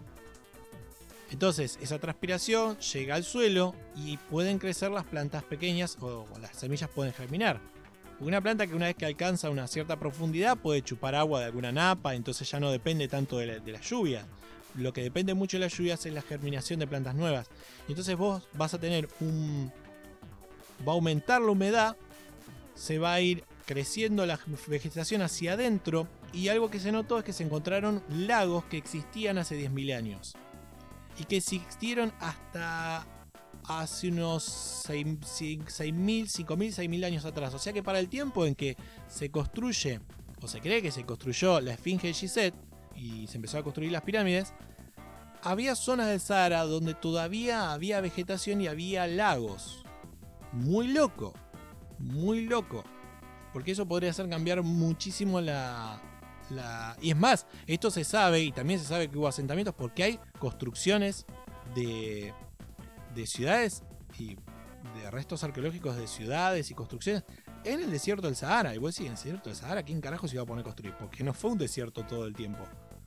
Entonces esa transpiración llega al suelo y pueden crecer las plantas pequeñas o, o las semillas pueden germinar. Una planta que una vez que alcanza una cierta profundidad puede chupar agua de alguna napa, entonces ya no depende tanto de la, de la lluvia. Lo que depende mucho de las lluvias es la germinación de plantas nuevas. Y entonces vos vas a tener un... va a aumentar la humedad, se va a ir creciendo la vegetación hacia adentro, y algo que se notó es que se encontraron lagos que existían hace diez mil años. Y que existieron hasta hace unos seis mil, cinco mil, seis mil años atrás. O sea que para el tiempo en que se construye, o se cree que se construyó la Esfinge de Gizeh y se empezó a construir las pirámides, había zonas del Sahara donde todavía había vegetación y había lagos. Muy loco, muy loco. Porque eso podría hacer cambiar muchísimo la... La... Y es más, esto se sabe, y también se sabe que hubo asentamientos porque hay construcciones de, de ciudades y de restos arqueológicos de ciudades y construcciones en el desierto del Sahara. Y vos decís, en el desierto del Sahara, ¿quién carajo se iba a poner a construir? Porque no fue un desierto todo el tiempo.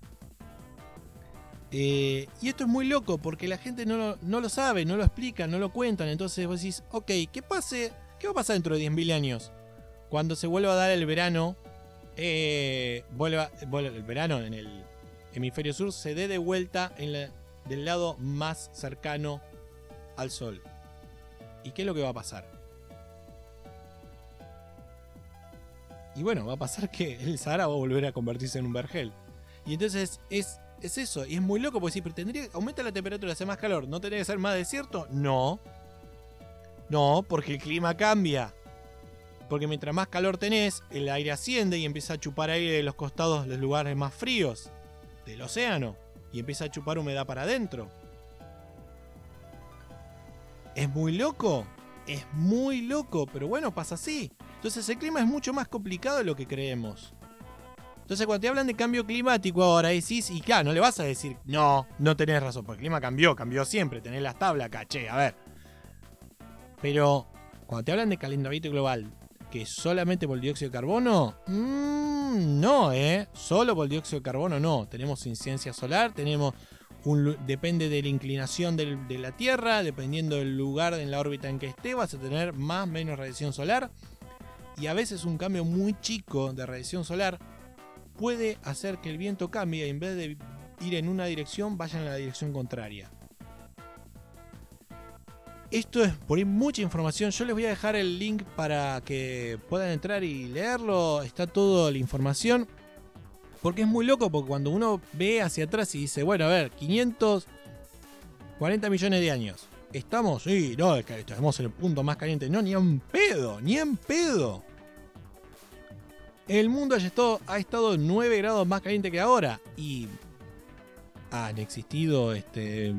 Eh, y esto es muy loco porque la gente no lo, no lo sabe, no lo explica, no lo cuentan. Entonces vos decís, ok, ¿qué pase? ¿Qué va a pasar dentro de diez mil años? Cuando se vuelva a dar el verano. Eh, vuelva, vuelva el verano en el hemisferio sur se dé de vuelta en la, del lado más cercano al sol. ¿Y qué es lo que va a pasar? Y bueno, va a pasar que el Sahara va a volver a convertirse en un vergel. Y entonces es, es eso, y es muy loco porque sí, pero tendría, aumenta la temperatura, hace más calor, ¿no tendría que ser más desierto? No. No, porque el clima cambia. Porque mientras más calor tenés, el aire asciende y empieza a chupar aire de los costados de los lugares más fríos del océano. Y empieza a chupar humedad para adentro. ¿Es muy loco? Es muy loco, pero bueno, pasa así. Entonces el clima es mucho más complicado de lo que creemos. Entonces cuando te hablan de cambio climático ahora decís, y claro, no le vas a decir, no, no tenés razón, porque el clima cambió, cambió siempre, tenés las tablas acá, che, a ver. Pero cuando te hablan de calentamiento global, que solamente por el dióxido de carbono, mmm, no, eh, solo por el dióxido de carbono no. Tenemos incidencia solar, tenemos un, depende de la inclinación del, de la Tierra, dependiendo del lugar en la órbita en que esté, vas a tener más o menos radiación solar. Y a veces un cambio muy chico de radiación solar puede hacer que el viento cambie y en vez de ir en una dirección, vaya en la dirección contraria. Esto es por ahí mucha información. Yo les voy a dejar el link para que puedan entrar y leerlo. Está toda la información. Porque es muy loco, porque cuando uno ve hacia atrás y dice, bueno, a ver, quinientos cuarenta millones de años. ¿Estamos? Sí, no, es que estamos en el punto más caliente. No, ni en pedo, ni en pedo. El mundo ha estado, ha estado nueve grados más caliente que ahora. Y han existido este,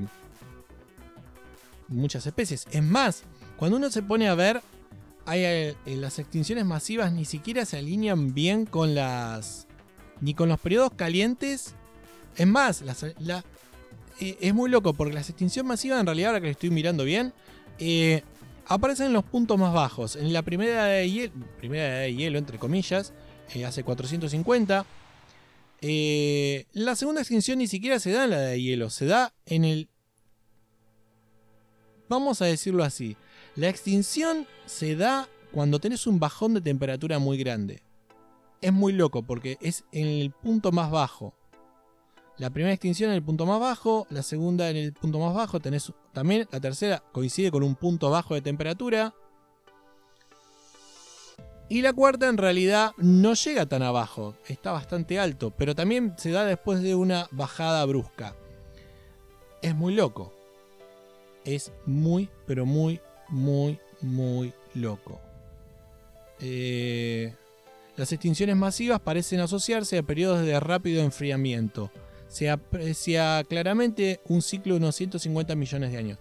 muchas especies. Es más, cuando uno se pone a ver, hay, eh, las extinciones masivas ni siquiera se alinean bien con las... ni con los periodos calientes. Es más, las, la, eh, es muy loco porque las extinciones masivas, en realidad, ahora que lo estoy mirando bien, eh, aparecen en los puntos más bajos. En la primera edad de hielo, primera edad de hielo entre comillas, eh, hace cuatrocientos cincuenta. Eh, la segunda extinción ni siquiera se da en la edad de hielo, se da en el... Vamos a decirlo así. La extinción se da cuando tenés un bajón de temperatura muy grande. Es muy loco porque es en el punto más bajo. La primera extinción en el punto más bajo, la segunda en el punto más bajo, tenés también la tercera coincide con un punto bajo de temperatura. Y la cuarta en realidad no llega tan abajo, está bastante alto, pero también se da después de una bajada brusca. Es muy loco. Es muy, pero muy, muy, muy loco. Eh... Las extinciones masivas parecen asociarse a periodos de rápido enfriamiento. Se aprecia claramente un ciclo de unos ciento cincuenta millones de años.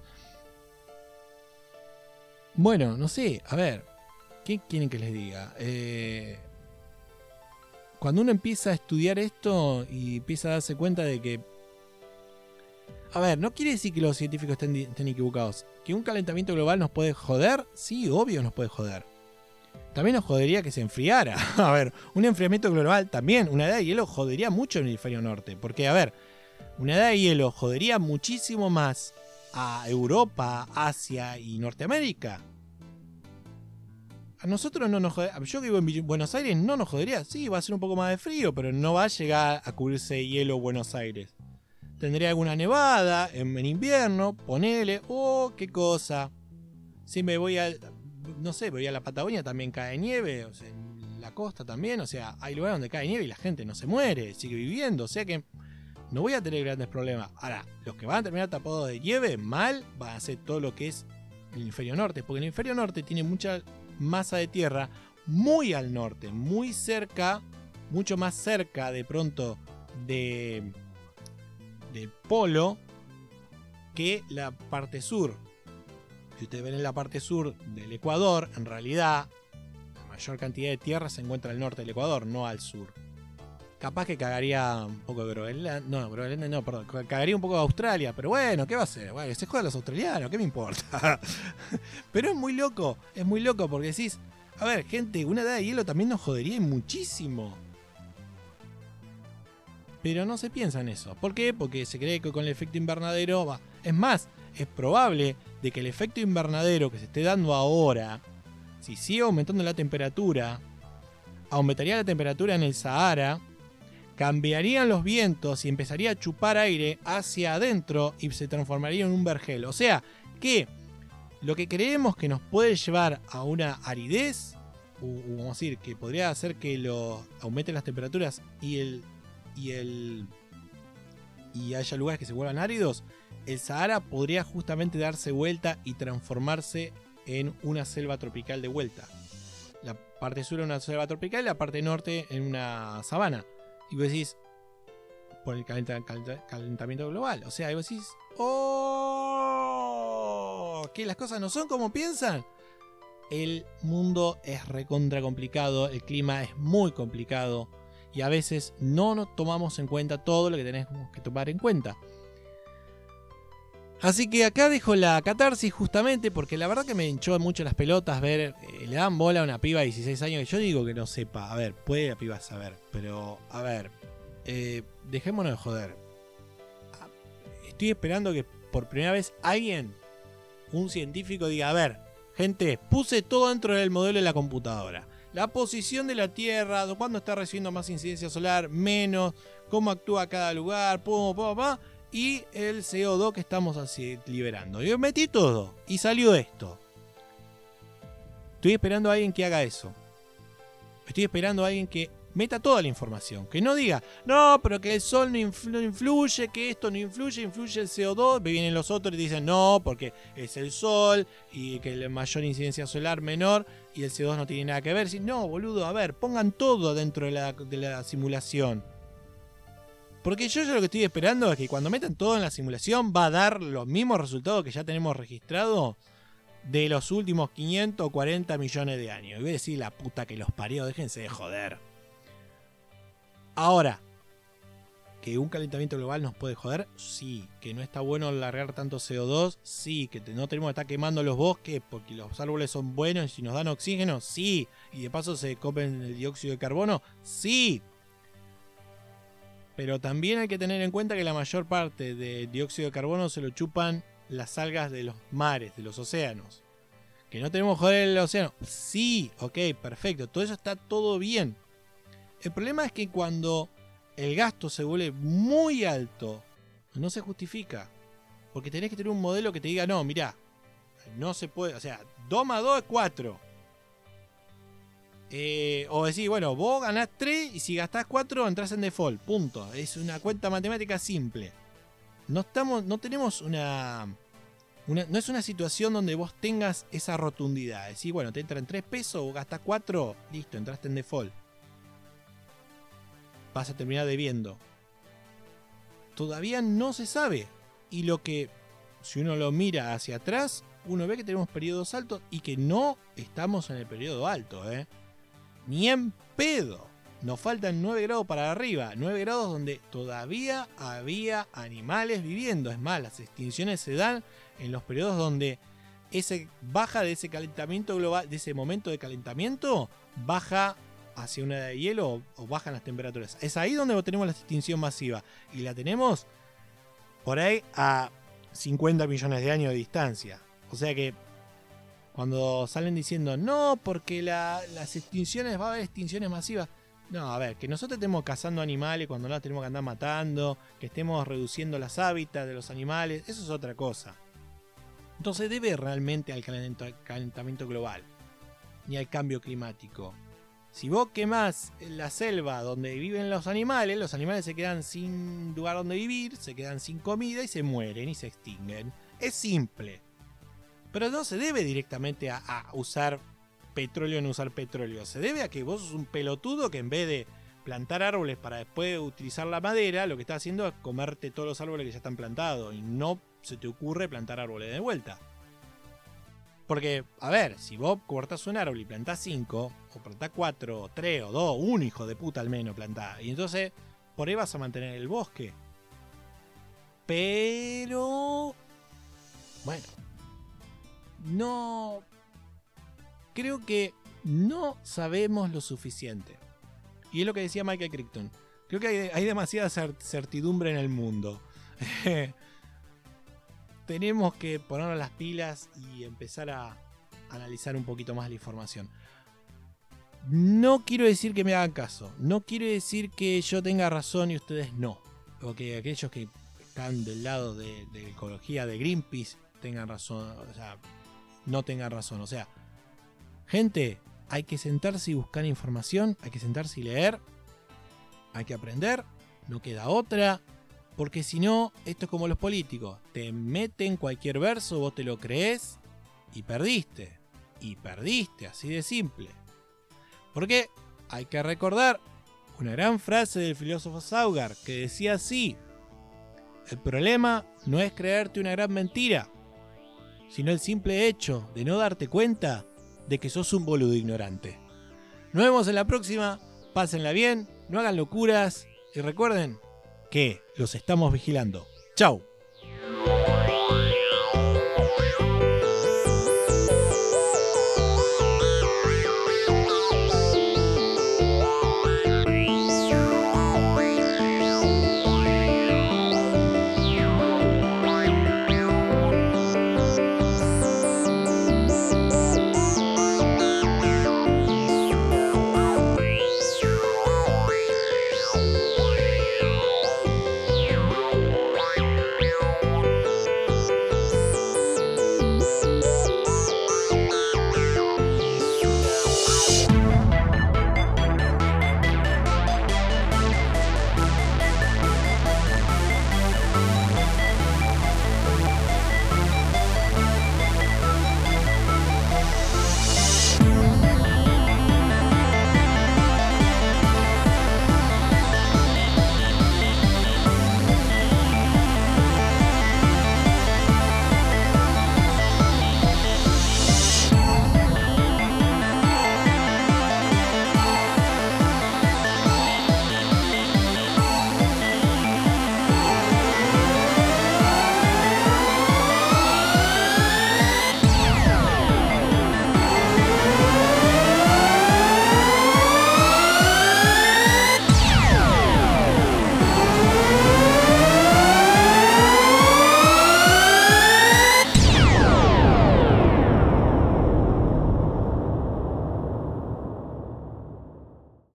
Bueno, no sé, a ver, ¿qué quieren que les diga? Eh, cuando uno empieza a estudiar esto y empieza a darse cuenta de que... A ver, no quiere decir que los científicos estén, estén equivocados. ¿Que un calentamiento global nos puede joder? Sí, obvio nos puede joder. También nos jodería que se enfriara. A ver, un enfriamiento global también, una edad de hielo jodería mucho en el hemisferio norte. Porque, a ver, una edad de hielo jodería muchísimo más a Europa, Asia y Norteamérica. A nosotros no nos jodería. Yo que vivo en Buenos Aires no nos jodería. Sí, va a ser un poco más de frío, pero no va a llegar a cubrirse de hielo Buenos Aires. Tendría alguna nevada en, en invierno, ponele, oh, qué cosa. Si me voy a... No sé, voy a la Patagonia, también cae nieve, o sea, en la costa también, o sea, hay lugares donde cae nieve y la gente no se muere, sigue viviendo, o sea que no voy a tener grandes problemas. Ahora, los que van a terminar tapados de nieve, mal, van a hacer todo lo que es el hemisferio norte, porque el hemisferio norte tiene mucha masa de tierra muy al norte, muy cerca, mucho más cerca de pronto de del polo que la parte sur. Si ustedes ven en la parte sur del Ecuador, en realidad la mayor cantidad de tierra se encuentra al norte del Ecuador, no al sur. Capaz que cagaría un poco de Groenlandia, no, Groenlandia no, perdón, cagaría un poco de Australia, pero bueno, ¿qué va a hacer? Bueno, se juegan los australianos, ¿qué me importa? Pero es muy loco, es muy loco porque decís, a ver, gente, una edad de hielo también nos jodería muchísimo. Pero no se piensa en eso. ¿Por qué? Porque se cree que con el efecto invernadero va. Es más, es probable de que el efecto invernadero que se esté dando ahora, si sigue aumentando la temperatura, aumentaría la temperatura en el Sahara, cambiarían los vientos y empezaría a chupar aire hacia adentro y se transformaría en un vergel. O sea, que lo que creemos que nos puede llevar a una aridez, o, o vamos a decir, que podría hacer que lo aumenten las temperaturas y el y el y haya lugares que se vuelvan áridos, el Sahara podría justamente darse vuelta y transformarse en una selva tropical de vuelta. La parte sur en una selva tropical y la parte norte en una sabana. Y vos decís, por el calenta, calenta, calentamiento global. O sea, y vos decís, ¡oh! ¿Que las cosas no son como piensan? El mundo es recontra complicado, el clima es muy complicado. Y a veces no nos tomamos en cuenta todo lo que tenemos que tomar en cuenta. Así que acá dejo la catarsis justamente porque la verdad que me hinchó mucho las pelotas ver, eh, le dan bola a una piba de dieciséis años que yo digo que no sepa, a ver, puede la piba saber, pero a ver, eh, dejémonos de joder. Estoy esperando que por primera vez alguien, un científico diga, a ver, gente, puse todo dentro del modelo de la computadora. La posición de la Tierra, cuándo está recibiendo más incidencia solar, menos, cómo actúa cada lugar, pum, pum, pum, y el C O dos que estamos así liberando. Yo metí todo y salió esto. Estoy esperando a alguien que haga eso. Estoy esperando a alguien que meta toda la información. Que no diga, no, pero que el sol no, influ- no influye, que esto no influye, influye el C O dos. Vienen los otros y dicen, no, porque es el sol y que la mayor incidencia solar menor y el C O dos no tiene nada que ver. Si, no, boludo, a ver, pongan todo dentro de la, de la simulación. Porque yo, yo lo que estoy esperando es que cuando metan todo en la simulación va a dar los mismos resultados que ya tenemos registrados de los últimos quinientos cuarenta millones de años. Y voy a decir, la puta que los parió, déjense de joder. Ahora, ¿que un calentamiento global nos puede joder? Sí. ¿Que no está bueno largar tanto C O dos? Sí. ¿Que no tenemos que estar quemando los bosques porque los árboles son buenos y si nos dan oxígeno? Sí. ¿Y de paso se copen el dióxido de carbono? Sí. Pero también hay que tener en cuenta que la mayor parte del dióxido de carbono se lo chupan las algas de los mares, de los océanos. ¿Que no tenemos que joder el océano? Sí, ok, perfecto. Todo eso está todo bien. El problema es que cuando el gasto se vuelve muy alto, no se justifica. Porque tenés que tener un modelo que te diga, no, mirá, no se puede, o sea, dos más dos es cuatro. Eh, o decir, bueno, vos ganás tres y si gastás cuatro entras en default, punto. Es una cuenta matemática simple. No estamos, no tenemos una, una... No es una situación donde vos tengas esa rotundidad. Es decir, bueno, te entran tres pesos, vos gastás cuatro, listo, entraste en default. Vas a terminar debiendo. Todavía no se sabe. Y lo que, si uno lo mira hacia atrás, uno ve que tenemos periodos altos y que no estamos en el periodo alto, ¿eh? Ni en pedo. Nos faltan nueve grados para arriba. nueve grados donde todavía había animales viviendo. Es más, las extinciones se dan en los periodos donde ese baja de ese calentamiento global, de ese momento de calentamiento, baja hacia una de hielo o, o bajan las temperaturas. Es ahí donde tenemos la extinción masiva. Y la tenemos por ahí a cincuenta millones de años de distancia. O sea que cuando salen diciendo, no, porque la, las extinciones, va a haber extinciones masivas. No, a ver, que nosotros estemos cazando animales cuando no las tenemos que andar matando, que estemos reduciendo las hábitats de los animales, eso es otra cosa. Entonces debe realmente al calentamiento global, ni al cambio climático. Si vos quemás la selva donde viven los animales, los animales se quedan sin lugar donde vivir, se quedan sin comida y se mueren y se extinguen. Es simple. Pero no se debe directamente a, a usar petróleo en usar petróleo. Se debe a que vos sos un pelotudo que en vez de plantar árboles para después utilizar la madera, lo que estás haciendo es comerte todos los árboles que ya están plantados y no se te ocurre plantar árboles de vuelta. Porque, a ver, si vos cortás un árbol y plantás cinco, o plantás cuatro, o tres, o dos, un hijo de puta al menos plantás, y entonces por ahí vas a mantener el bosque. Pero... bueno, no... creo que no sabemos lo suficiente. Y es lo que decía Michael Crichton. Creo que hay, hay demasiada certidumbre en el mundo. Tenemos que ponernos las pilas y empezar a analizar un poquito más la información. No quiero decir que me hagan caso. No quiero decir que yo tenga razón y ustedes no. O que aquellos que están del lado de, de ecología, de Greenpeace, tengan razón. O sea, no tengan razón. O sea, gente, hay que sentarse y buscar información, hay que sentarse y leer, hay que aprender, no queda otra, porque si no, esto es como los políticos, te meten cualquier verso, vos te lo creés y perdiste, y perdiste, así de simple. Porque hay que recordar una gran frase del filósofo Saugar que decía así: el problema no es creerte una gran mentira, sino el simple hecho de no darte cuenta de que sos un boludo ignorante. Nos vemos en la próxima, pásenla bien, no hagan locuras y recuerden que los estamos vigilando. ¡Chau!